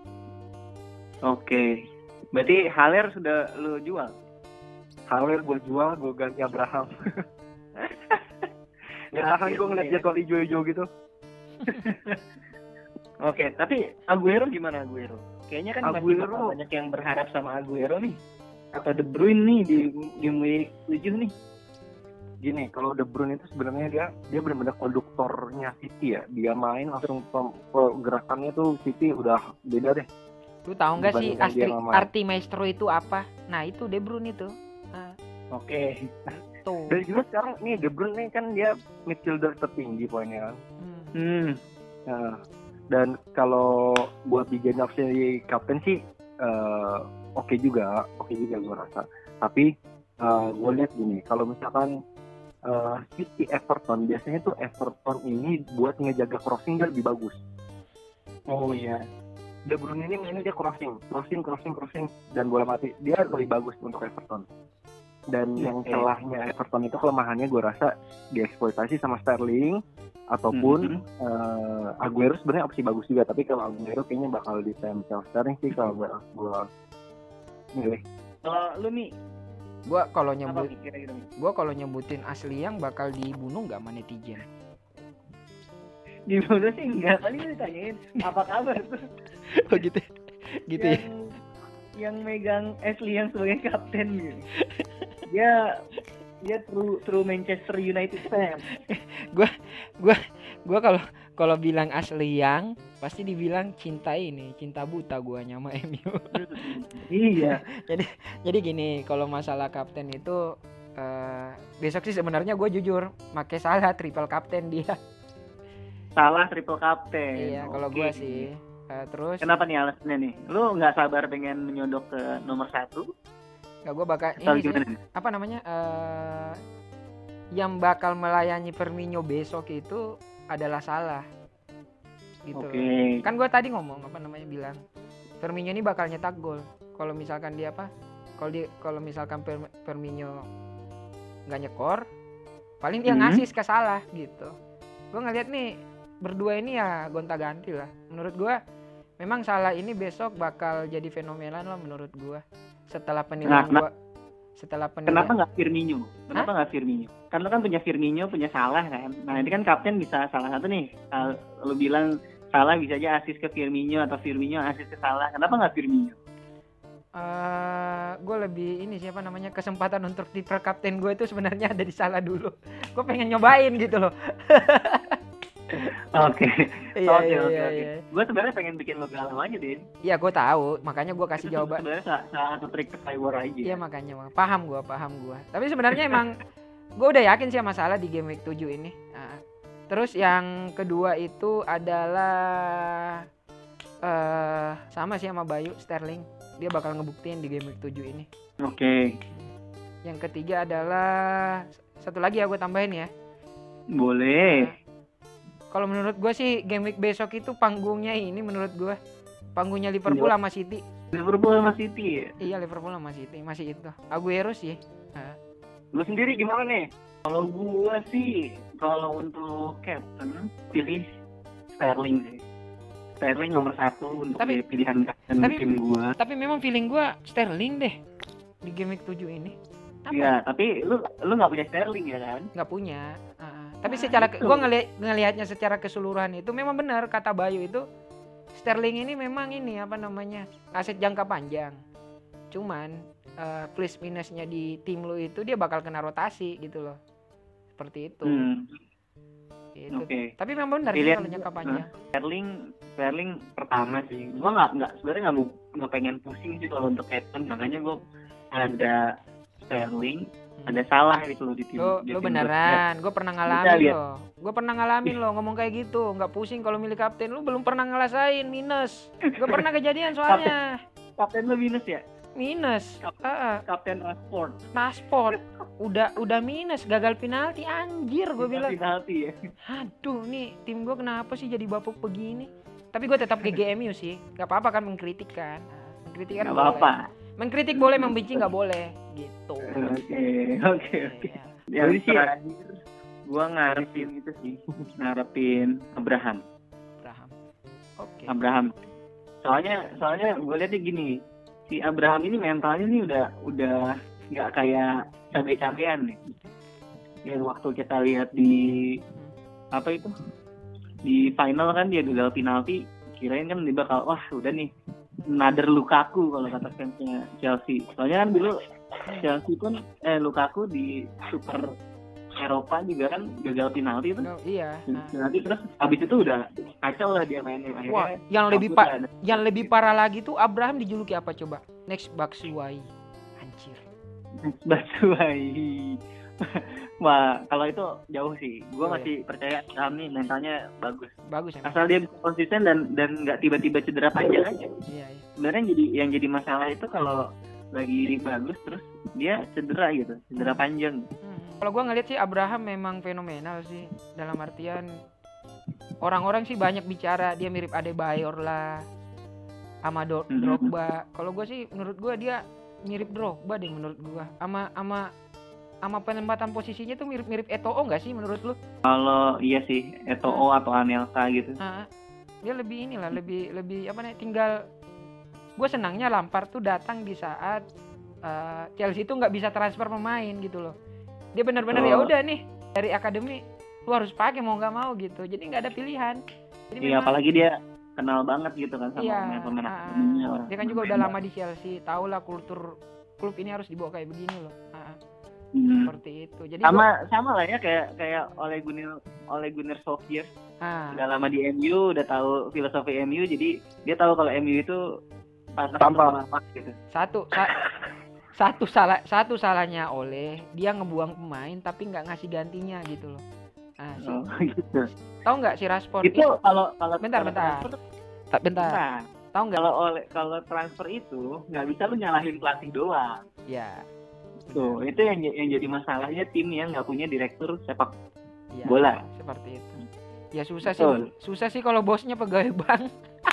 [SPEAKER 2] Oke. Berarti Haller sudah lu jual?
[SPEAKER 3] Haller gue jual, gue ganti Abraham. Gak tahan gue ngeliat jadwal hijau-hijau gitu.
[SPEAKER 2] Oke, tapi Aguero gimana Aguero? Kayaknya kan masih
[SPEAKER 3] Aguero-
[SPEAKER 2] bakal banyak yang berharap sama Aguero nih. Atau De Bruyne nih di game week tujuh nih.
[SPEAKER 3] Gini, kalau De Bruyne itu sebenarnya dia dia benar-benar konduktornya City ya. Dia main langsung pem- pergerakannya tuh City udah beda deh.
[SPEAKER 4] Lu tahu nggak sih
[SPEAKER 3] Dibandingkan
[SPEAKER 4] Astri,
[SPEAKER 3] dia sama-
[SPEAKER 4] arti maestro itu apa? Nah itu De Bruyne itu. Nah,
[SPEAKER 2] Oke.
[SPEAKER 4] tuh.
[SPEAKER 3] Dan juga sekarang nih De Bruyne nih kan dia midfielder tertinggi poinnya kan.
[SPEAKER 4] Hmm.
[SPEAKER 2] Hmm.
[SPEAKER 3] Nah, dan kalau buat di game opsi kapten sih eh, oke juga, oke juga gue rasa. Tapi eh, gue lihat gini, kalau misalkan eh, City Everton biasanya tuh Everton ini buat ngejaga crossing dia lebih bagus.
[SPEAKER 2] Oh iya.
[SPEAKER 3] De Bruyne ini mainnya dia crossing, crossing, crossing, crossing dan bola mati. Dia lebih bagus untuk Everton. Dan yang
[SPEAKER 2] Oke.
[SPEAKER 3] celahnya Everton itu kelemahannya gue rasa dieksploitasi sama Sterling ataupun
[SPEAKER 2] Mhm.
[SPEAKER 3] eh, Aguero sebenarnya opsi bagus juga, tapi kalau Aguero kayaknya bakal ditempel Sterling sih kalau gue gue milih.
[SPEAKER 2] Kalau lu nih
[SPEAKER 4] Gua kalau
[SPEAKER 2] apa
[SPEAKER 4] nyebut
[SPEAKER 2] nih kira-kira nih?
[SPEAKER 4] gua kalau nyebutin asli yang bakal dibunuh nggak sama netizen?
[SPEAKER 2] Gimana sih enggak kali lu ditanyain apa kabar tuh?
[SPEAKER 4] Oh gitu. Gitu ya.
[SPEAKER 2] yang yang megang Ashley yang sebagai kapten gitu. Dia dia true true Manchester United fan.
[SPEAKER 4] Gua kalau kalau bilang asli yang pasti dibilang cinta ini, cinta buta gua sama M U.
[SPEAKER 2] Iya.
[SPEAKER 4] Jadi gini, kalau masalah kapten itu eh, besok sih sebenarnya gue jujur pakai salah triple kapten dia.
[SPEAKER 2] Salah triple kapten.
[SPEAKER 4] Iya, kalau
[SPEAKER 2] Oke.
[SPEAKER 4] gue sih. Eh, terus
[SPEAKER 2] Kenapa nih alasannya nih? Lu nggak sabar pengen menyodok ke nomor satu?
[SPEAKER 4] nggak gue bakal
[SPEAKER 2] Atau
[SPEAKER 4] ini sih,
[SPEAKER 2] gimana nih?
[SPEAKER 4] apa namanya eh yang bakal melayani Firmino besok itu adalah salah. Gitu.
[SPEAKER 2] Oke.
[SPEAKER 4] Kan gue tadi ngomong apa namanya bilang Firmino ini bakal nyetak gol. Kalau misalkan dia apa? Kalau dia kalau misalkan Fir- Firmino nggak nyekor, paling dia
[SPEAKER 2] Hmm.
[SPEAKER 4] ngasih ke Salah gitu. Gue ngeliat nih berdua ini ya gonta-ganti lah. Menurut gue memang Salah ini besok bakal jadi fenomenal lah menurut gue. Setelah penilaian
[SPEAKER 2] Nah,
[SPEAKER 4] gue setelah penilaian
[SPEAKER 2] Kenapa nggak Firmino? Kenapa nggak Firmino? Kan lu kan punya Firmino, punya Salah kan. Nah ini kan kapten bisa salah satu nih. Kalau lu bilang Salah bisa aja asis ke Firmino atau Firmino asis ke Salah. Kenapa nggak Firmino?
[SPEAKER 4] eh gue lebih ini siapa namanya kesempatan untuk triple kapten gue itu sebenarnya ada di Salah dulu. Gue pengen nyobain gitu loh.
[SPEAKER 2] Oke.
[SPEAKER 4] Iya
[SPEAKER 2] Oke
[SPEAKER 4] iya
[SPEAKER 2] oke
[SPEAKER 4] iya.
[SPEAKER 2] oke.
[SPEAKER 4] iya.
[SPEAKER 2] Gue sebenarnya pengen bikin lo galau aja, Din.
[SPEAKER 4] Iya gue tahu, makanya gue kasih
[SPEAKER 2] Itu
[SPEAKER 4] jawaban.
[SPEAKER 2] sebenarnya salah salah satu trik cyber aja.
[SPEAKER 4] Iya makanya Bang. Paham gue, paham gue. Tapi sebenarnya emang gue udah yakin sih sama Salah di game week tujuh ini. Nah, terus yang kedua itu adalah eh sama sih sama Bayu Sterling. Dia bakal ngebuktiin di game week tujuh ini.
[SPEAKER 2] Oke.
[SPEAKER 4] Yang ketiga adalah satu lagi ya gue tambahin ya.
[SPEAKER 2] Boleh.
[SPEAKER 4] Kalau menurut gue sih game week besok itu panggungnya ini menurut gue panggungnya Liverpool
[SPEAKER 2] Iya.
[SPEAKER 4] sama City.
[SPEAKER 2] Liverpool sama City ya.
[SPEAKER 4] Iya Liverpool sama City masih itu. Aguero sih. Nah,
[SPEAKER 2] Lu sendiri gimana nih? Kalau gua sih, kalau untuk captain pilih Sterling sih. Sterling nomor satu untuk
[SPEAKER 4] Tapi-
[SPEAKER 2] jadi pilihan captain
[SPEAKER 4] tapi-
[SPEAKER 2] tim gua.
[SPEAKER 4] tapi memang feeling gue Sterling deh di game week tujuh ini. Apa?
[SPEAKER 2] Iya, tapi lu lu nggak punya Sterling ya kan?
[SPEAKER 4] Nggak punya. Uh, tapi
[SPEAKER 2] Nah,
[SPEAKER 4] secara
[SPEAKER 2] itu.
[SPEAKER 4] gue ngelihat ngelihatnya secara keseluruhan itu memang benar kata Bayu itu Sterling ini memang ini apa namanya aset jangka panjang. Cuman uh, plus minusnya di tim lu itu dia bakal kena rotasi gitu loh. Seperti itu.
[SPEAKER 2] Hmm,
[SPEAKER 4] Gitu.
[SPEAKER 2] Oke.
[SPEAKER 4] Tapi memang benar sih
[SPEAKER 2] Pilihan
[SPEAKER 4] kalau jangka
[SPEAKER 2] gua,
[SPEAKER 4] panjang.
[SPEAKER 2] Sterling Sterling pertama sih. Gua nggak nggak sebenarnya nggak mau nggak pengen pusing sih kalau untuk captain, makanya gua ada Sterling, ada Salah gitu loh di tim.
[SPEAKER 4] Lo
[SPEAKER 2] di
[SPEAKER 4] lo
[SPEAKER 2] tim gua.
[SPEAKER 4] beneran, gue pernah
[SPEAKER 2] Bisa
[SPEAKER 4] ngalamin
[SPEAKER 2] lihat.
[SPEAKER 4] loh. Gue pernah ngalamin loh ngomong kayak gitu, nggak pusing kalau milih kapten. Lu belum pernah ngerasain minus. Gue pernah kejadian soalnya.
[SPEAKER 2] kapten lu minus ya?
[SPEAKER 4] Minus.
[SPEAKER 2] Kap-
[SPEAKER 4] Heeh.
[SPEAKER 2] Kapten Rashford.
[SPEAKER 4] Rashford udah udah minus, gagal penalti anjir gue bilang.
[SPEAKER 2] Penalti ya.
[SPEAKER 4] Aduh, nih tim gue kenapa sih jadi bapuk begini? Tapi gue tetap ke G M U sih. Gak apa-apa kan mengkritik kan. Nah, mengkritik kan
[SPEAKER 2] Gak
[SPEAKER 4] boleh.
[SPEAKER 2] apa-apa.
[SPEAKER 4] Mengkritik boleh, membenci nggak boleh. Gitu.
[SPEAKER 2] Oke, oke, oke.
[SPEAKER 4] Iya.
[SPEAKER 2] Yang
[SPEAKER 3] Jadi sih-
[SPEAKER 2] terakhir, gua ngarepin itu sih, ngarepin Abraham.
[SPEAKER 4] Abraham. Oke.
[SPEAKER 2] Abraham. Soalnya, soalnya gue lihatnya gini, si Abraham ini mentalnya nih udah, udah nggak kayak cabe-cabean nih. Yang waktu kita lihat di apa itu, di final kan dia gagal penalti, kirain kan dia bakal wah udah nih nader Lukaku kalau kata fansnya Chelsea. Soalnya kan dulu Chelsea pun eh Lukaku di Super Eropa juga kan gagal penalti itu.
[SPEAKER 4] Oh, iya. Nah.
[SPEAKER 2] Penalti terus habis itu udah kacau lah dia mainnya. Akhirnya
[SPEAKER 4] Wah, yang lebih
[SPEAKER 2] kabur
[SPEAKER 4] pak,
[SPEAKER 2] lah.
[SPEAKER 4] yang lebih parah lagi tuh Abraham dijuluki apa coba? Next Batshuayi. Anjir.
[SPEAKER 2] Batshuayi. Wah, kalau itu jauh sih. Gue
[SPEAKER 4] Oh, iya.
[SPEAKER 2] masih percaya Abraham nih mentalnya bagus.
[SPEAKER 4] Bagus ya.
[SPEAKER 2] Asal dia bisa konsisten dan dan nggak tiba-tiba cedera panjang aja.
[SPEAKER 4] Iya, iya.
[SPEAKER 2] Sebenarnya jadi yang jadi masalah itu kalau lagi bagus terus dia cedera gitu, cedera panjang.
[SPEAKER 4] Hmm. Kalau gua ngeliat sih Abraham memang fenomenal sih, dalam artian orang-orang sih banyak bicara dia mirip Adebayor lah sama Do-
[SPEAKER 2] Mhm.
[SPEAKER 4] Drogba. Kalau gua sih menurut gua dia mirip Drogba deh menurut gua. Sama sama sama penempatan posisinya tuh mirip-mirip Eto'o nggak sih menurut lu?
[SPEAKER 2] Kalau iya sih Eto'o atau Anelka gitu.
[SPEAKER 4] Nah, dia lebih inilah, lebih lebih apa nih? Tinggal gue senangnya Lampard tuh datang di saat uh, Chelsea itu nggak bisa transfer pemain gitu loh. Dia benar-benar
[SPEAKER 2] Oh.
[SPEAKER 4] ya udah nih dari akademi lu harus pakai mau nggak mau gitu. Jadi nggak ada pilihan. Jadi
[SPEAKER 2] Iya,
[SPEAKER 4] memang-
[SPEAKER 2] apalagi dia kenal banget gitu kan sama
[SPEAKER 4] Iya,
[SPEAKER 2] pemain-pemain
[SPEAKER 4] ah,
[SPEAKER 2] akademinya, orang-
[SPEAKER 4] dia kan juga udah lama di Chelsea, tahu lah kultur klub ini harus dibawa kayak begini loh. Ah,
[SPEAKER 2] Hmm.
[SPEAKER 4] seperti itu. Jadi
[SPEAKER 2] Sama sama lah ya kayak kayak Ole Gunnar Ole Gunnar Solskjaer
[SPEAKER 4] gua, ah,
[SPEAKER 2] udah lama di M U, udah tahu filosofi M U, jadi dia tahu kalau M U itu pantas
[SPEAKER 3] Tanpa-
[SPEAKER 2] untuk melapak gitu.
[SPEAKER 4] satu sa- satu salah satu salahnya oleh dia ngebuang pemain tapi nggak ngasih gantinya gitu loh. Nah, si,
[SPEAKER 2] Oh, gitu.
[SPEAKER 4] tahu nggak si Rashford
[SPEAKER 2] Itu kalau kalau
[SPEAKER 4] Bentar,
[SPEAKER 2] kalau
[SPEAKER 4] bentar.
[SPEAKER 2] transfer,
[SPEAKER 4] Tak bentar.
[SPEAKER 2] bentar.
[SPEAKER 4] Tahu nggak?
[SPEAKER 2] Kalau oleh kalau transfer itu nggak bisa lu nyalahin pelatih doang.
[SPEAKER 4] Ya.
[SPEAKER 2] Tuh, itu yang yang jadi masalahnya tim yang nggak punya direktur sepak
[SPEAKER 4] Ya,
[SPEAKER 2] bola.
[SPEAKER 4] seperti itu. Ya susah
[SPEAKER 2] Betul.
[SPEAKER 4] sih. Susah sih kalau bosnya pegawai bank.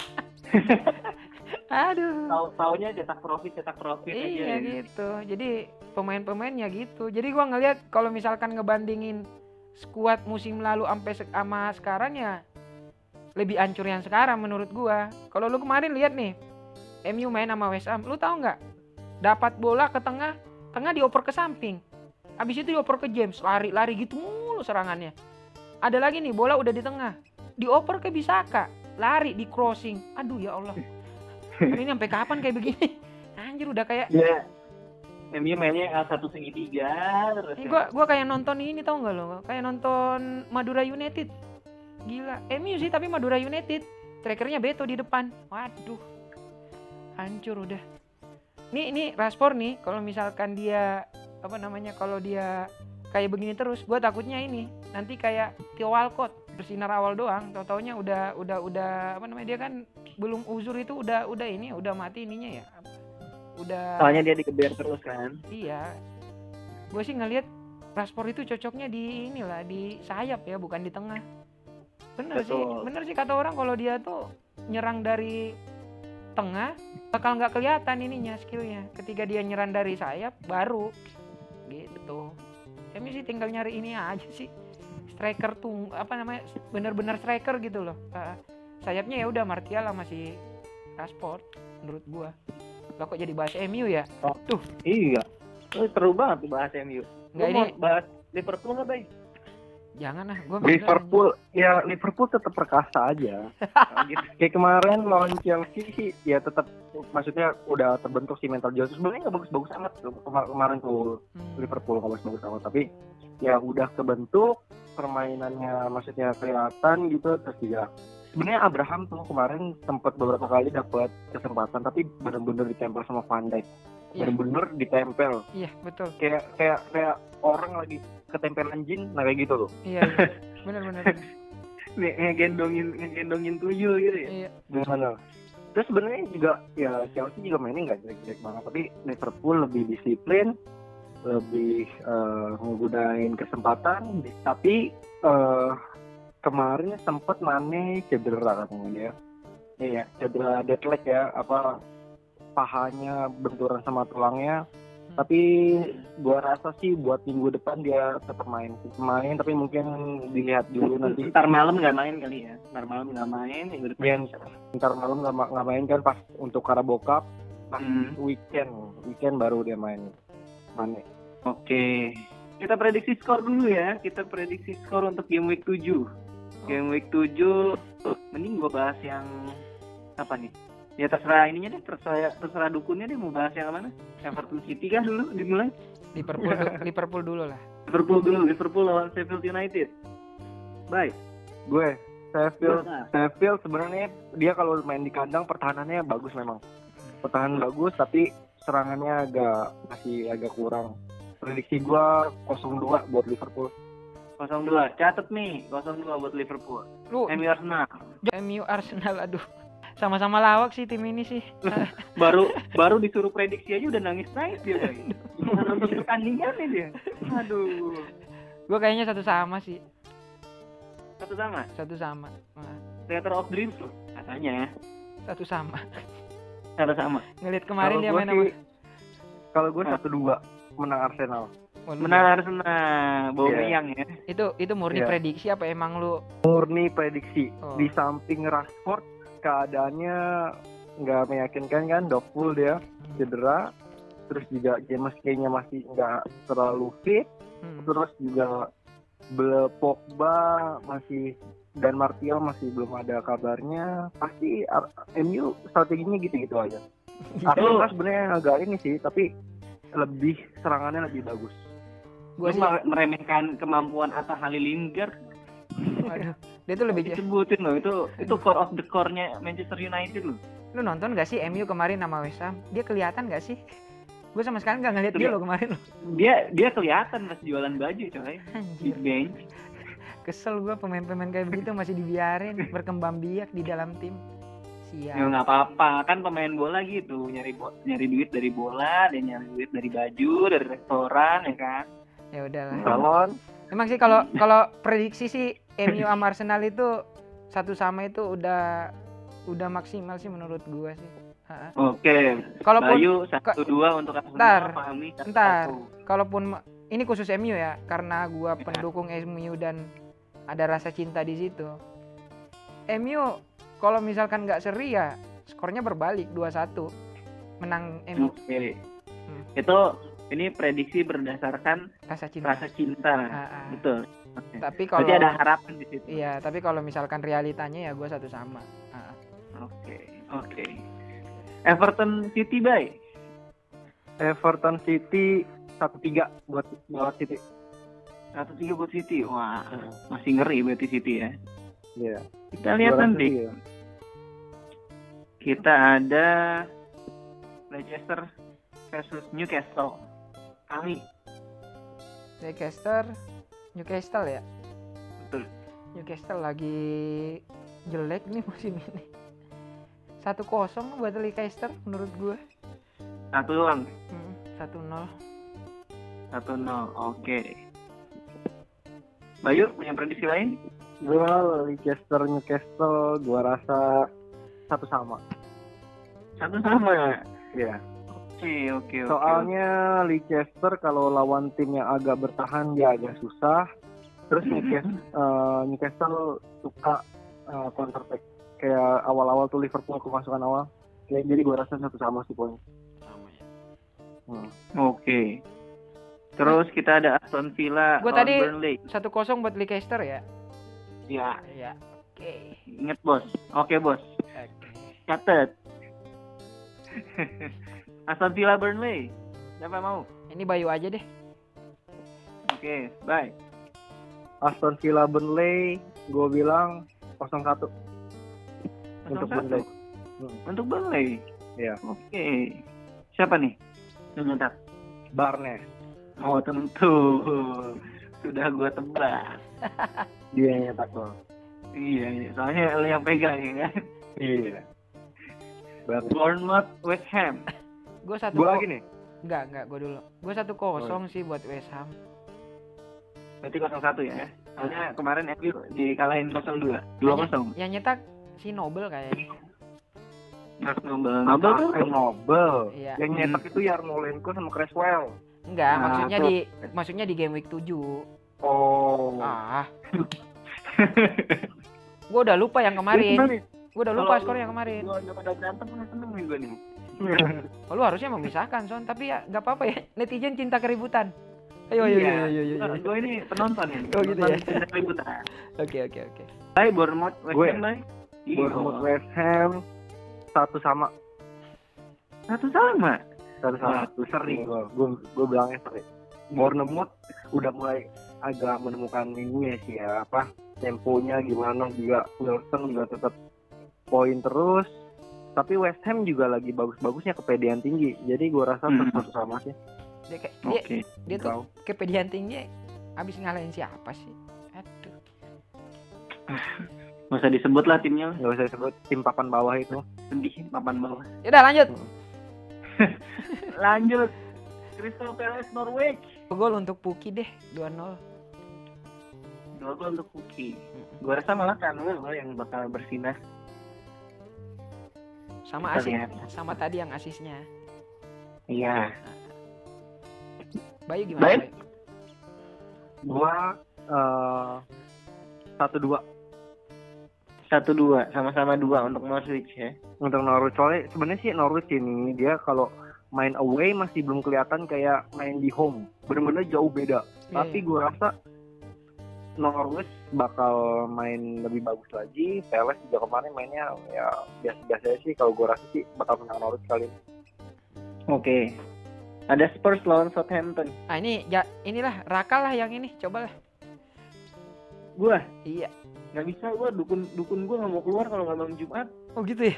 [SPEAKER 4] Aduh.
[SPEAKER 2] Tahu taunya cetak profit, cetak profit aja.
[SPEAKER 4] Iya
[SPEAKER 2] ya.
[SPEAKER 4] gitu. Jadi pemain-pemainnya gitu. Jadi gua ngelihat kalau misalkan ngebandingin skuad musim lalu sampai se- sama sekarang ya lebih hancur yang sekarang menurut gua. Kalau lu kemarin lihat nih M U main sama West Ham, lu tahu nggak? Dapat bola ke tengah, tengah dioper ke samping. Habis itu dioper ke James, lari-lari gitu mulu serangannya. Ada lagi nih bola udah di tengah, dioper ke Bisaka, lari di crossing. Aduh ya Allah. Ini sampai kapan kayak begini? Anjir udah kayak
[SPEAKER 2] Ya, M U mainnya L satu segitiga terus.
[SPEAKER 4] ini
[SPEAKER 2] ya.
[SPEAKER 4] gua gua kayak nonton ini tau nggak lo? Kayak nonton Madura United. Gila, M U sih tapi Madura United. Strikernya Beto di depan. Waduh. Hancur udah. Nih nih Rashford nih kalau misalkan dia apa namanya kalau dia kayak begini terus, gua takutnya ini nanti kayak Theo Walcott bersinar awal doang, tau-taunya udah udah udah apa namanya dia kan belum uzur itu udah udah ini udah mati ininya ya. Udah
[SPEAKER 2] Soalnya dia digeber terus kan.
[SPEAKER 4] Iya, gue sih ngelihat Rashford itu cocoknya di inilah di sayap ya, bukan di tengah. Bener sih,
[SPEAKER 2] Betul.
[SPEAKER 4] bener sih kata orang kalau dia tuh nyerang dari tengah bakal nggak kelihatan ininya skillnya. Ketika dia nyerang dari sayap baru gitu. Kami sih tinggal nyari ini aja sih, striker tuh apa namanya bener-bener striker gitu loh. Uh, sayapnya ya udah Martial sama si Rashford menurut gua. Lah kok jadi bahas M U ya?
[SPEAKER 2] Iya. Itu seru banget tuh bahas M U.
[SPEAKER 4] Nggak
[SPEAKER 2] Lu
[SPEAKER 4] ini
[SPEAKER 2] mau bahas Liverpool nggak, Bay?
[SPEAKER 4] jangan lah, gua
[SPEAKER 3] Liverpool ya Liverpool tetap perkasa aja.
[SPEAKER 2] Oh, gitu.
[SPEAKER 3] Kayak kemarin lawan Chelsea sih ya tetap maksudnya udah terbentuk sih mental juara. Sebenarnya nggak bagus-bagus amat tuh kemar- kemarin tuh
[SPEAKER 4] Hmm.
[SPEAKER 3] Liverpool nggak bagus-bagus amat, tapi ya udah kebentuk permainannya maksudnya kelihatan gitu. Terus juga sebenarnya Abraham tuh kemarin sempat beberapa kali dapat kesempatan tapi benar-benar ditempel sama Van Dijk.
[SPEAKER 4] Iya.
[SPEAKER 3] Benar-benar ditempel
[SPEAKER 4] Iya betul.
[SPEAKER 3] kayak kayak kayak orang lagi ketempelan jin, nah kayak gitu loh.
[SPEAKER 4] Iya, iya. bener bener. bener.
[SPEAKER 2] Nge- ngegendongin ngegendongin tuyul gitu ya.
[SPEAKER 4] Iya.
[SPEAKER 3] Gimana? Terus sebenarnya juga ya Chelsea juga mainnya nggak jelek-jelek banget, tapi Liverpool lebih disiplin, lebih uh, menggunakan kesempatan, tapi uh, kemarin sempat Mane cedera katanya dia. Iya, cedera dead leg ya, apa pahanya benturan sama tulangnya. Tapi gua rasa sih buat minggu depan dia tetap main, main tapi mungkin dilihat dulu nanti.
[SPEAKER 2] Ntar malam nggak main kali ya, ntar malam nggak main, minggu depan.
[SPEAKER 3] Ntar malam nggak nggak main kan pas untuk Carabao Cup, pas
[SPEAKER 2] Hmm.
[SPEAKER 3] weekend, weekend baru dia main. Mane.
[SPEAKER 2] Oke, kita prediksi skor dulu ya. Kita prediksi skor untuk game week tujuh. Game week tujuh, mending gua bahas yang apa nih? Ya terserah ininya deh, terserah, terserah dukunnya deh mau bahas yang mana? Everton City kah dulu dimulai?
[SPEAKER 4] Liverpool du- Liverpool dulu lah.
[SPEAKER 2] Liverpool dulu, Liverpool lawan Sheffield United. Baik.
[SPEAKER 3] Gue Sheffield,
[SPEAKER 2] Nah,
[SPEAKER 3] Sheffield sebenarnya dia kalau main di kandang pertahanannya bagus memang. Pertahanan bagus tapi serangannya agak masih agak kurang. Prediksi gua nol dua buat Liverpool.
[SPEAKER 2] nol dua. Catat nih, nol dua buat Liverpool.
[SPEAKER 4] Lu
[SPEAKER 2] M U Arsenal.
[SPEAKER 4] M U Arsenal, aduh. Sama-sama lawak sih tim ini sih.
[SPEAKER 2] Baru baru disuruh prediksi aja udah nangis-nangis dia, Boy. Bukan nonton pertandingan nih dia. Aduh.
[SPEAKER 4] Gue kayaknya satu sama sih.
[SPEAKER 2] Satu sama.
[SPEAKER 4] Satu sama. Nah,
[SPEAKER 2] Theater of Dreams loh katanya.
[SPEAKER 4] satu sama.
[SPEAKER 2] Satu sama.
[SPEAKER 4] Ngeliat kemarin
[SPEAKER 3] Kalau
[SPEAKER 4] dia
[SPEAKER 3] gua
[SPEAKER 4] main
[SPEAKER 3] sih,
[SPEAKER 4] sama
[SPEAKER 3] kalau gue satu dua menang Arsenal.
[SPEAKER 2] Menang Arsenal, Aubameyang ya.
[SPEAKER 4] Itu itu murni
[SPEAKER 3] Iya.
[SPEAKER 4] prediksi apa emang lu?
[SPEAKER 3] Murni prediksi.
[SPEAKER 4] Oh.
[SPEAKER 3] Di samping Rashford keadaannya nggak meyakinkan kan, Doubtful dia cedera, terus juga James kayaknya masih nggak terlalu fit,
[SPEAKER 4] Hmm.
[SPEAKER 3] terus juga Ble Pogba masih dan Martial masih belum ada kabarnya. Pasti Ar- M U strateginya gitu-gitu aja. Arsenal sebenarnya agak ini sih, tapi lebih serangannya lebih bagus.
[SPEAKER 4] Gue
[SPEAKER 2] Gue
[SPEAKER 4] sih,
[SPEAKER 2] meremehkan kemampuan Atta Halilintar.
[SPEAKER 4] waduh, dia tuh lebih.
[SPEAKER 2] Disebutin loh, itu itu core of the core-nya Manchester United loh.
[SPEAKER 4] Lu nonton gak sih M U kemarin sama West Ham? Dia kelihatan gak sih? Gue sama sekali gak ngeliat dia
[SPEAKER 2] Iya.
[SPEAKER 4] lo kemarin lo.
[SPEAKER 2] Dia dia kelihatan pas jualan baju coy. Di
[SPEAKER 4] Anjir.
[SPEAKER 2] bench.
[SPEAKER 4] Kesel gue pemain-pemain kayak begitu masih dibiarin berkembang biak di dalam tim.
[SPEAKER 2] Ya
[SPEAKER 4] Siap.
[SPEAKER 2] nggak apa-apa, kan pemain bola gitu, nyari bo- nyari duit dari bola, dan nyari duit dari baju, dari restoran ya kan.
[SPEAKER 4] Ya udahlah.
[SPEAKER 3] Salon
[SPEAKER 4] Emang sih kalau kalau prediksi sih M U sama Arsenal itu satu sama itu udah udah maksimal sih menurut gua sih. Ha-ha.
[SPEAKER 2] Oke.
[SPEAKER 4] Kalaupun
[SPEAKER 2] Bayu satu dua untuk Arsenal,
[SPEAKER 4] Ntar,
[SPEAKER 2] Fahmi satu
[SPEAKER 4] ntar.
[SPEAKER 2] satu.
[SPEAKER 4] kalaupun ma- ini khusus M U ya, karena gua pendukung M U dan ada rasa cinta di situ. M U kalau misalkan nggak seri ya skornya berbalik dua satu. Menang M U.
[SPEAKER 2] Oke.
[SPEAKER 4] Hmm.
[SPEAKER 2] Itu ini prediksi berdasarkan
[SPEAKER 4] Rasa cinta.
[SPEAKER 2] rasa cinta.
[SPEAKER 4] Ha-ha.
[SPEAKER 2] Betul. Oke.
[SPEAKER 4] Tapi kalau
[SPEAKER 2] Berarti ada harapan di situ.
[SPEAKER 4] iya, tapi kalau misalkan realitanya ya gua satu sama. Ha-ha.
[SPEAKER 2] Oke. Oke. Everton City bay.
[SPEAKER 3] Everton City satu tiga buat buat City.
[SPEAKER 2] Satu tiga buat City. Wah, masih ngeri berarti City ya.
[SPEAKER 3] Iya.
[SPEAKER 2] Kita lihat
[SPEAKER 3] Gua rasa
[SPEAKER 2] nanti.
[SPEAKER 3] sih ya.
[SPEAKER 2] Kita ada Leicester versus Newcastle. Kali.
[SPEAKER 4] Leicester, Newcastle ya.
[SPEAKER 2] Betul.
[SPEAKER 4] Newcastle lagi jelek nih musim ini. Satu kosong buat Leicester menurut gue.
[SPEAKER 2] Satu doang.
[SPEAKER 4] Hmm, satu nol.
[SPEAKER 2] Satu nol. Oke. Bayu punya prediksi lain?
[SPEAKER 3] Gua Leicester Newcastle gua rasa satu sama.
[SPEAKER 2] Satu sama.
[SPEAKER 3] Iya.
[SPEAKER 2] Oke, oke, oke.
[SPEAKER 3] Soalnya Leicester kalau lawan tim yang agak bertahan dia agak susah. Terus Newcastle, eh, Newcastle suka eh, counter attack kayak awal-awal tuh Liverpool kemasukan awal. Kayak jadi gua rasa satu sama sih poin.
[SPEAKER 2] Sama ya.
[SPEAKER 3] Hmm.
[SPEAKER 2] Oke. Terus kita ada Aston Villa
[SPEAKER 4] Gua
[SPEAKER 2] lawan
[SPEAKER 4] tadi-
[SPEAKER 2] Burnley.
[SPEAKER 4] Satu kosong buat Leicester ya.
[SPEAKER 2] Ya,
[SPEAKER 4] Iya. Oke.
[SPEAKER 2] inget bos. Oke bos.
[SPEAKER 4] Oke.
[SPEAKER 2] Catat. Aston Villa Burnley. Siapa yang mau?
[SPEAKER 4] Ini Bayu aja deh.
[SPEAKER 2] Oke, bye.
[SPEAKER 3] Aston Villa Burnley gua bilang nol satu untuk
[SPEAKER 2] Satu.
[SPEAKER 3] Burnley.
[SPEAKER 2] Untuk Burnley.
[SPEAKER 3] Iya.
[SPEAKER 2] Oke. Siapa nih? Yang nyetak?
[SPEAKER 3] Barnes
[SPEAKER 2] Oh tentu. Sudah gua tebak.
[SPEAKER 3] dia yang nyetak gol.
[SPEAKER 2] Iya, iya. Soalnya lu yang pegang ya kan.
[SPEAKER 3] Iya. Berat.
[SPEAKER 2] Bournemouth West Ham.
[SPEAKER 4] Gue satu.
[SPEAKER 3] Gue
[SPEAKER 4] ko-
[SPEAKER 3] lagi nih.
[SPEAKER 4] Enggak, enggak, gue dulu. Gue satu kosong sih buat West Ham.
[SPEAKER 2] Berarti kosong satu ya. Soalnya kemarin M U dikalahin kosong dua. dua kosong.
[SPEAKER 4] Yang nyetak si Nobel kayaknya.
[SPEAKER 2] Mark Noble. Noble tuh
[SPEAKER 3] Ah, Noble.
[SPEAKER 4] Iya.
[SPEAKER 3] Yang nyetak itu Yarmolenko sama Creswell.
[SPEAKER 4] Enggak,
[SPEAKER 2] Nah,
[SPEAKER 4] maksudnya
[SPEAKER 2] tuh.
[SPEAKER 4] di maksudnya di game week tujuh.
[SPEAKER 3] Oh.
[SPEAKER 4] Ah. Gue udah lupa yang kemarin. Gue udah lupa
[SPEAKER 2] Kalau
[SPEAKER 4] skor yang kemarin.
[SPEAKER 2] Gua udah pada berantem, seneng nih gue nih.
[SPEAKER 4] Oh, lu harusnya memisahkan, Son. Tapi ya nggak apa-apa ya. Netizen cinta keributan. Ayo, ayo,
[SPEAKER 2] Iya.
[SPEAKER 4] ayo, ayo, ayo, ayo.
[SPEAKER 2] Gue ini penonton ya.
[SPEAKER 4] Oh, gitu ya.
[SPEAKER 2] Penonton keributan.
[SPEAKER 4] Oke, oke, oke.
[SPEAKER 2] Hai Bournemouth West
[SPEAKER 3] Gue-
[SPEAKER 2] Ham, Bay.
[SPEAKER 3] Bournemouth West Ham satu sama.
[SPEAKER 2] Satu sama.
[SPEAKER 3] Satu sama.
[SPEAKER 2] Satu seri.
[SPEAKER 3] Gue gue gue bilangnya seri. Bournemouth udah mulai agak menemukan ininya sih ya, apa temponya gimana, juga Wilson juga tetap poin terus, tapi West Ham juga lagi bagus-bagusnya, kepedean tinggi, jadi gue rasa
[SPEAKER 2] Hmm.
[SPEAKER 3] satu sama sih.
[SPEAKER 4] Dia kayak dia,
[SPEAKER 2] Oke.
[SPEAKER 4] dia tuh kepedean tinggi abis ngalahin siapa sih? Aduh.
[SPEAKER 2] Nggak usah disebut lah timnya.
[SPEAKER 3] Nggak usah disebut tim papan bawah itu.
[SPEAKER 2] Sedih papan bawah.
[SPEAKER 4] Yaudah lanjut.
[SPEAKER 2] Lanjut. Crystal Palace Norwich.
[SPEAKER 4] Gol untuk Puki deh, dua nol.
[SPEAKER 2] Dua gol untuk Puki. Gue rasa malah Kanwell yang bakal bersinar.
[SPEAKER 4] Sama
[SPEAKER 2] Kita
[SPEAKER 4] asis,
[SPEAKER 2] lihat.
[SPEAKER 4] sama tadi yang asisnya.
[SPEAKER 2] Iya.
[SPEAKER 4] Bayu gimana?
[SPEAKER 2] Baik.
[SPEAKER 4] Bayu?
[SPEAKER 3] Gua eh, satu dua
[SPEAKER 2] Satu dua, sama-sama dua untuk Norwich ya.
[SPEAKER 3] untuk Norwich. Soalnya sebenarnya sih Norwich ini dia kalau main away masih belum kelihatan kayak main di home, bener-bener jauh beda.
[SPEAKER 4] Iya,
[SPEAKER 3] Tapi
[SPEAKER 4] iya.
[SPEAKER 3] gue rasa Norwich bakal main lebih bagus lagi. Palace juga kemarin mainnya ya biasa-biasa sih. Kalau gue rasa sih bakal menang Norwich kali ini.
[SPEAKER 2] Oke. Ada Spurs lawan Southampton.
[SPEAKER 4] Ah ini ya inilah Raka lah yang ini, cobalah.
[SPEAKER 2] Gua
[SPEAKER 4] Iya.
[SPEAKER 2] nggak bisa, gua dukun dukun gua nggak mau keluar kalau nggak malam Jumat.
[SPEAKER 4] Oh gitu ya.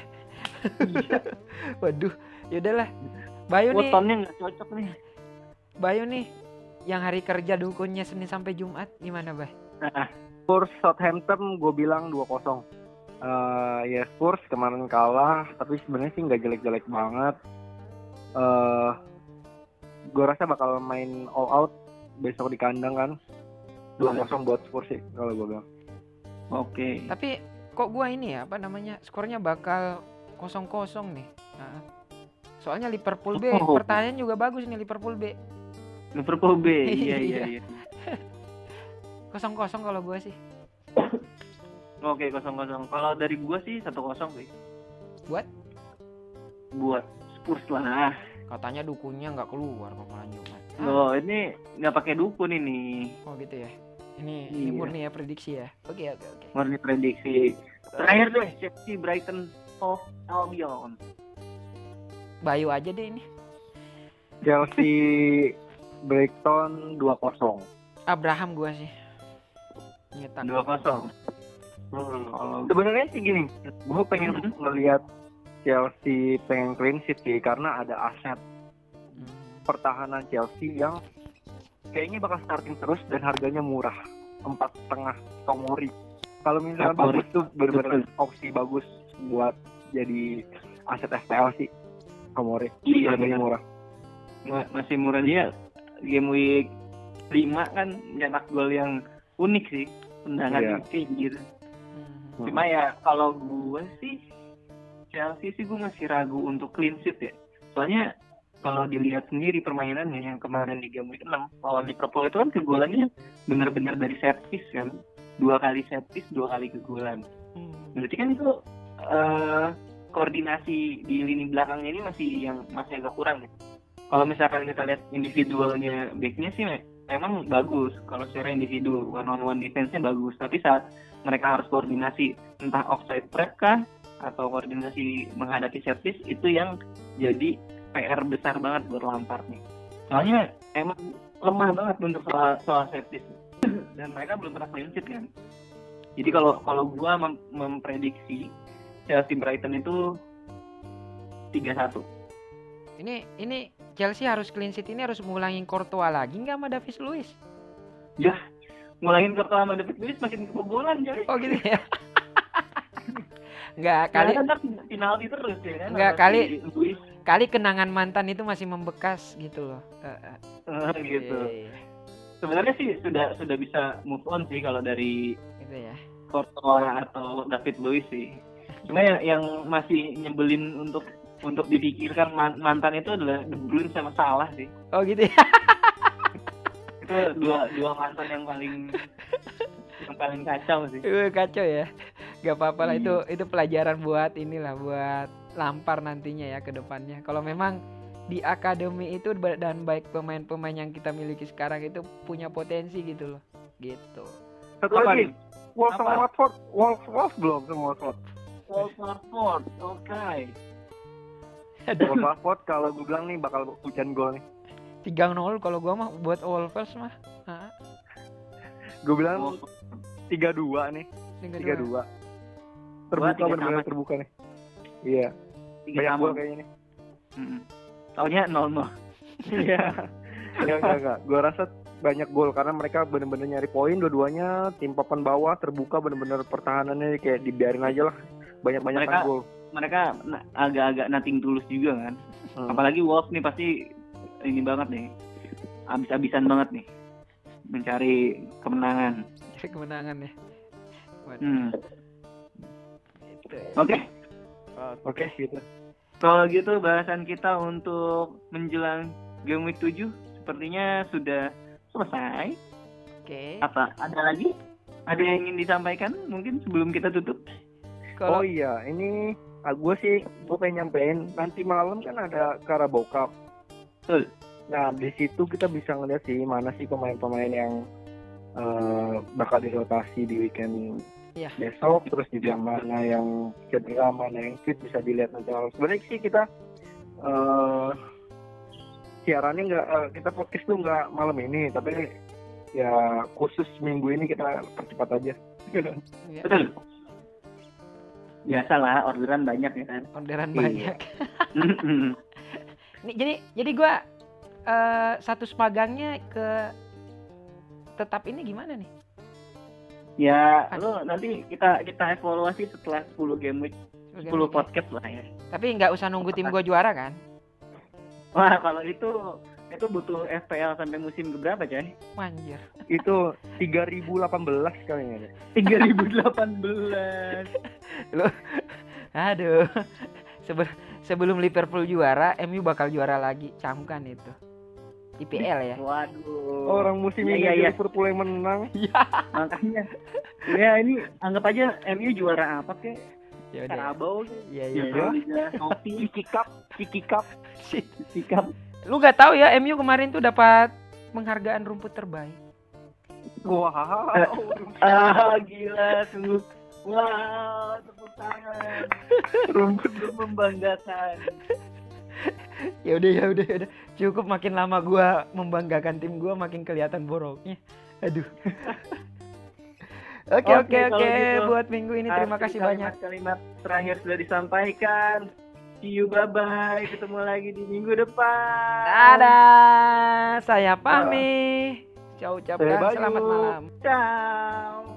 [SPEAKER 4] Waduh, yaudahlah. Bayu nih,
[SPEAKER 2] Wotonnya nggak cocok nih.
[SPEAKER 4] Bayu nih, yang hari kerja dukunnya Senin sampai Jumat gimana, Bay?
[SPEAKER 2] Nah,
[SPEAKER 3] Spurs Southampton gue bilang dua kosong. Eh ya Spurs kemarin kalah, tapi sebenarnya sih nggak jelek-jelek banget. Eh gue rasa bakal main all out besok di kandang kan. dua kosong buat Spurs sih kalau gue bilang.
[SPEAKER 2] Oke.
[SPEAKER 4] Tapi kok gua ini ya, apa namanya, skornya bakal kosong kosong nih. Nah, soalnya Liverpool B,
[SPEAKER 2] Oh.
[SPEAKER 4] pertanyaan juga bagus nih Liverpool B.
[SPEAKER 2] Liverpool B. Iya iya iya.
[SPEAKER 4] Kosong kosong kalau gua sih.
[SPEAKER 2] Oke, kosong kosong. Kalau dari gua sih satu kosong sih.
[SPEAKER 4] Buat?
[SPEAKER 2] Buat Spurs lah.
[SPEAKER 4] Katanya dukunnya nggak keluar kemarin Jumat. Ah,
[SPEAKER 2] Loh, ini nggak pakai dukun ini.
[SPEAKER 4] oh gitu ya. Ini ini
[SPEAKER 2] Iya.
[SPEAKER 4] murni ya prediksi ya. Oke oke oke.
[SPEAKER 2] Murni prediksi. Terakhir deh, Chelsea Brighton Hove Albion.
[SPEAKER 4] Bayu aja deh ini.
[SPEAKER 3] Chelsea Brighton dua kosong.
[SPEAKER 4] Abraham gua sih. Nyetak.
[SPEAKER 2] dua kosong. Hmm, kalau
[SPEAKER 3] Sebenarnya sih gini, gue pengen
[SPEAKER 2] Mhm.
[SPEAKER 3] ngelihat Chelsea pengen clean sheet sih karena ada aset
[SPEAKER 4] Hmm.
[SPEAKER 3] pertahanan Chelsea yang kayaknya bakal starting terus dan harganya murah, empat setengah Tomori. Kalau misalnya
[SPEAKER 2] Tomori.
[SPEAKER 3] bagus tuh benar-benar opsi bagus buat jadi aset F P L sih. Tomori
[SPEAKER 2] Iya,
[SPEAKER 3] harganya
[SPEAKER 2] iya.
[SPEAKER 3] murah.
[SPEAKER 2] Ma- masih murah dia. Game week lima kan nyetak gol yang unik sih. Tendangan
[SPEAKER 3] Iya.
[SPEAKER 2] kayak gitu.
[SPEAKER 4] Hmm.
[SPEAKER 2] Cuma ya kalau gue sih Chelsea sih gue masih ragu untuk clean sheet ya. Soalnya kalau dilihat sendiri permainannya yang kemarin di game week enam lawan Liverpool itu kan kegolannya benar-benar dari set piece kan. Dua kali set piece, dua kali kegolan.
[SPEAKER 4] Hmm.
[SPEAKER 2] Berarti kan itu eh, koordinasi di lini belakangnya ini masih yang masih agak kurang ya. Kalau misalkan kita lihat individualnya backnya sih me- memang bagus. Kalau secara individu one on one defense-nya bagus. Tapi saat mereka harus koordinasi entah offside trap kah atau koordinasi menghadapi set piece, itu yang jadi P R besar banget buat Lampard nih. Soalnya emang lemah banget untuk soal, soal set piece. Dan mereka belum pernah clean sheet kan. Jadi kalau kalau gua mem- memprediksi Chelsea Brighton itu tiga satu.
[SPEAKER 4] Ini ini Chelsea harus clean sheet, ini harus ngulangin Courtois lagi nggak sama David Luiz?
[SPEAKER 2] Ya, ngulangin ke David Luiz makin kebobolan jadi.
[SPEAKER 4] Oh gitu ya. Nggak kali.
[SPEAKER 2] Kali kan penalti terus ya kan.
[SPEAKER 4] Enggak,
[SPEAKER 2] sama
[SPEAKER 4] kali-
[SPEAKER 2] si Luis.
[SPEAKER 4] Kali kenangan mantan itu masih membekas gitu loh. Eh, eh.
[SPEAKER 2] Eh, gitu.
[SPEAKER 4] Iya, iya,
[SPEAKER 2] Sebenarnya sih sudah sudah bisa move on sih kalau dari
[SPEAKER 4] gitu ya.
[SPEAKER 2] Courtois atau David Luiz sih. Cuma yang, yang masih nyebelin untuk untuk dipikirkan man- mantan itu adalah De Bruyne sama Salah sih.
[SPEAKER 4] Oh gitu ya.
[SPEAKER 2] Itu dua dua mantan yang paling yang paling kacau sih.
[SPEAKER 4] Uh, kacau ya. Gak apa-apa lah,
[SPEAKER 2] Iya.
[SPEAKER 4] itu itu pelajaran buat inilah, buat Lampard nantinya ya ke depannya. Kalau memang di akademi itu ba- dan baik pemain-pemain yang kita miliki sekarang itu punya potensi gitu loh. Gitu.
[SPEAKER 3] Satu
[SPEAKER 2] Apa
[SPEAKER 3] lagi,
[SPEAKER 2] nih?
[SPEAKER 3] Wolves sama
[SPEAKER 2] Apa?
[SPEAKER 3] Watford. Wolves, Wolves belum sama Watford.
[SPEAKER 2] Wolves Watford, oke.
[SPEAKER 3] Wolves Watford kalau gue bilang nih bakal hujan gol nih.
[SPEAKER 4] tiga nol kalau gua mah buat Wolves mah. Heeh.
[SPEAKER 3] Gue bilang tiga dua nih, tiga dua. Terbuka
[SPEAKER 2] tiga
[SPEAKER 3] benar-benar
[SPEAKER 2] sama.
[SPEAKER 3] terbuka nih. Iya,
[SPEAKER 2] Tiga
[SPEAKER 3] banyak
[SPEAKER 2] sama.
[SPEAKER 3] gol kayaknya nih.
[SPEAKER 2] Mm-mm. Taunya nol nol.
[SPEAKER 3] Iya. Enggak, enggak, enggak. Gue rasa banyak gol karena mereka benar-benar nyari poin dua-duanya, tim papan bawah terbuka benar-benar pertahanannya kayak dibiarin aja lah. Banyak-banyak
[SPEAKER 2] Mereka-
[SPEAKER 3] gol.
[SPEAKER 2] Mereka na- agak-agak nating tulus juga kan.
[SPEAKER 3] Hmm.
[SPEAKER 2] Apalagi Wolves nih pasti ini banget nih. Abis-abisan banget nih mencari kemenangan.
[SPEAKER 4] Jadi kemenangan ya. Waduh,
[SPEAKER 2] Hmm.
[SPEAKER 4] gitu ya.
[SPEAKER 2] Oke.
[SPEAKER 3] Oke, gitu.
[SPEAKER 2] Kalau gitu bahasan kita untuk menjelang game week tujuh sepertinya sudah selesai.
[SPEAKER 4] Oke.
[SPEAKER 2] Apa? Ada lagi? Ada yang ingin disampaikan mungkin sebelum kita tutup?
[SPEAKER 4] Kalau
[SPEAKER 3] Oh iya, ini ah, gue sih gue pengen nyampein nanti malam kan ada Carabao Cup.
[SPEAKER 2] Betul.
[SPEAKER 3] Nah di situ kita bisa ngeliat sih mana sih pemain-pemain yang eh, bakal dirotasi di weekend
[SPEAKER 4] Iya.
[SPEAKER 3] besok, terus juga mana yang cedera, mana yang fit bisa dilihat nanti malam. Sebenarnya sih kita eh siarannya nggak eh, kita podcast tuh nggak malam ini, tapi ya khusus minggu ini kita percepat aja.
[SPEAKER 4] ya,
[SPEAKER 2] Betul. Biasalah orderan banyak ya kan.
[SPEAKER 4] orderan
[SPEAKER 3] Iya.
[SPEAKER 4] banyak. Nih, jadi jadi gua eh, status magangnya ke tetap ini gimana nih?
[SPEAKER 2] Ya, lu nanti kita kita evaluasi setelah sepuluh game week,
[SPEAKER 4] Sebagai
[SPEAKER 2] sepuluh
[SPEAKER 4] magang.
[SPEAKER 2] podcast lah ya.
[SPEAKER 4] Tapi nggak usah nunggu tim gua juara kan?
[SPEAKER 2] Wah, kalau itu itu butuh F P L sampai musim berapa, Coy?
[SPEAKER 4] Manjir.
[SPEAKER 3] Itu tiga ribu delapan belas kayaknya deh.
[SPEAKER 2] tiga ribu delapan belas.
[SPEAKER 4] Aduh. Sebe- sebelum Liverpool juara, M U bakal juara lagi. Camkan itu. I P L ya.
[SPEAKER 2] Waduh.
[SPEAKER 3] Orang musim
[SPEAKER 2] Iya,
[SPEAKER 3] ini
[SPEAKER 2] iya, iya.
[SPEAKER 3] Liverpool yang menang.
[SPEAKER 2] Makanya. Ya, ini anggap aja M U juara apa kek?
[SPEAKER 4] Ya udah.
[SPEAKER 2] Carabao.
[SPEAKER 4] Iya iya.
[SPEAKER 3] Iya.
[SPEAKER 2] Liga Shopee,
[SPEAKER 3] Ciki Cup, Ciki Cup.
[SPEAKER 2] sikap.
[SPEAKER 4] Lu nggak tahu ya, M U kemarin tuh dapat penghargaan rumput terbaik.
[SPEAKER 3] Wow.
[SPEAKER 2] Ah, gila, sungguh. Wah, tepuk tangan. Rumput membanggakan.
[SPEAKER 4] Ya udah ya udah ya udah. Cukup, makin lama gua membanggakan tim gua makin kelihatan boroknya. Aduh. Oke
[SPEAKER 2] Oke,
[SPEAKER 4] oke
[SPEAKER 2] kalau
[SPEAKER 4] oke
[SPEAKER 2] gitu,
[SPEAKER 4] buat minggu ini terima
[SPEAKER 2] Asli
[SPEAKER 4] kasih banyak.
[SPEAKER 2] Kalimat terakhir sudah disampaikan. See you, bye-bye. Ketemu lagi di minggu depan.
[SPEAKER 4] Dadah. Saya pamit. Saya ucapkan
[SPEAKER 3] Saya Bayu.
[SPEAKER 4] selamat malam.
[SPEAKER 2] Ciao.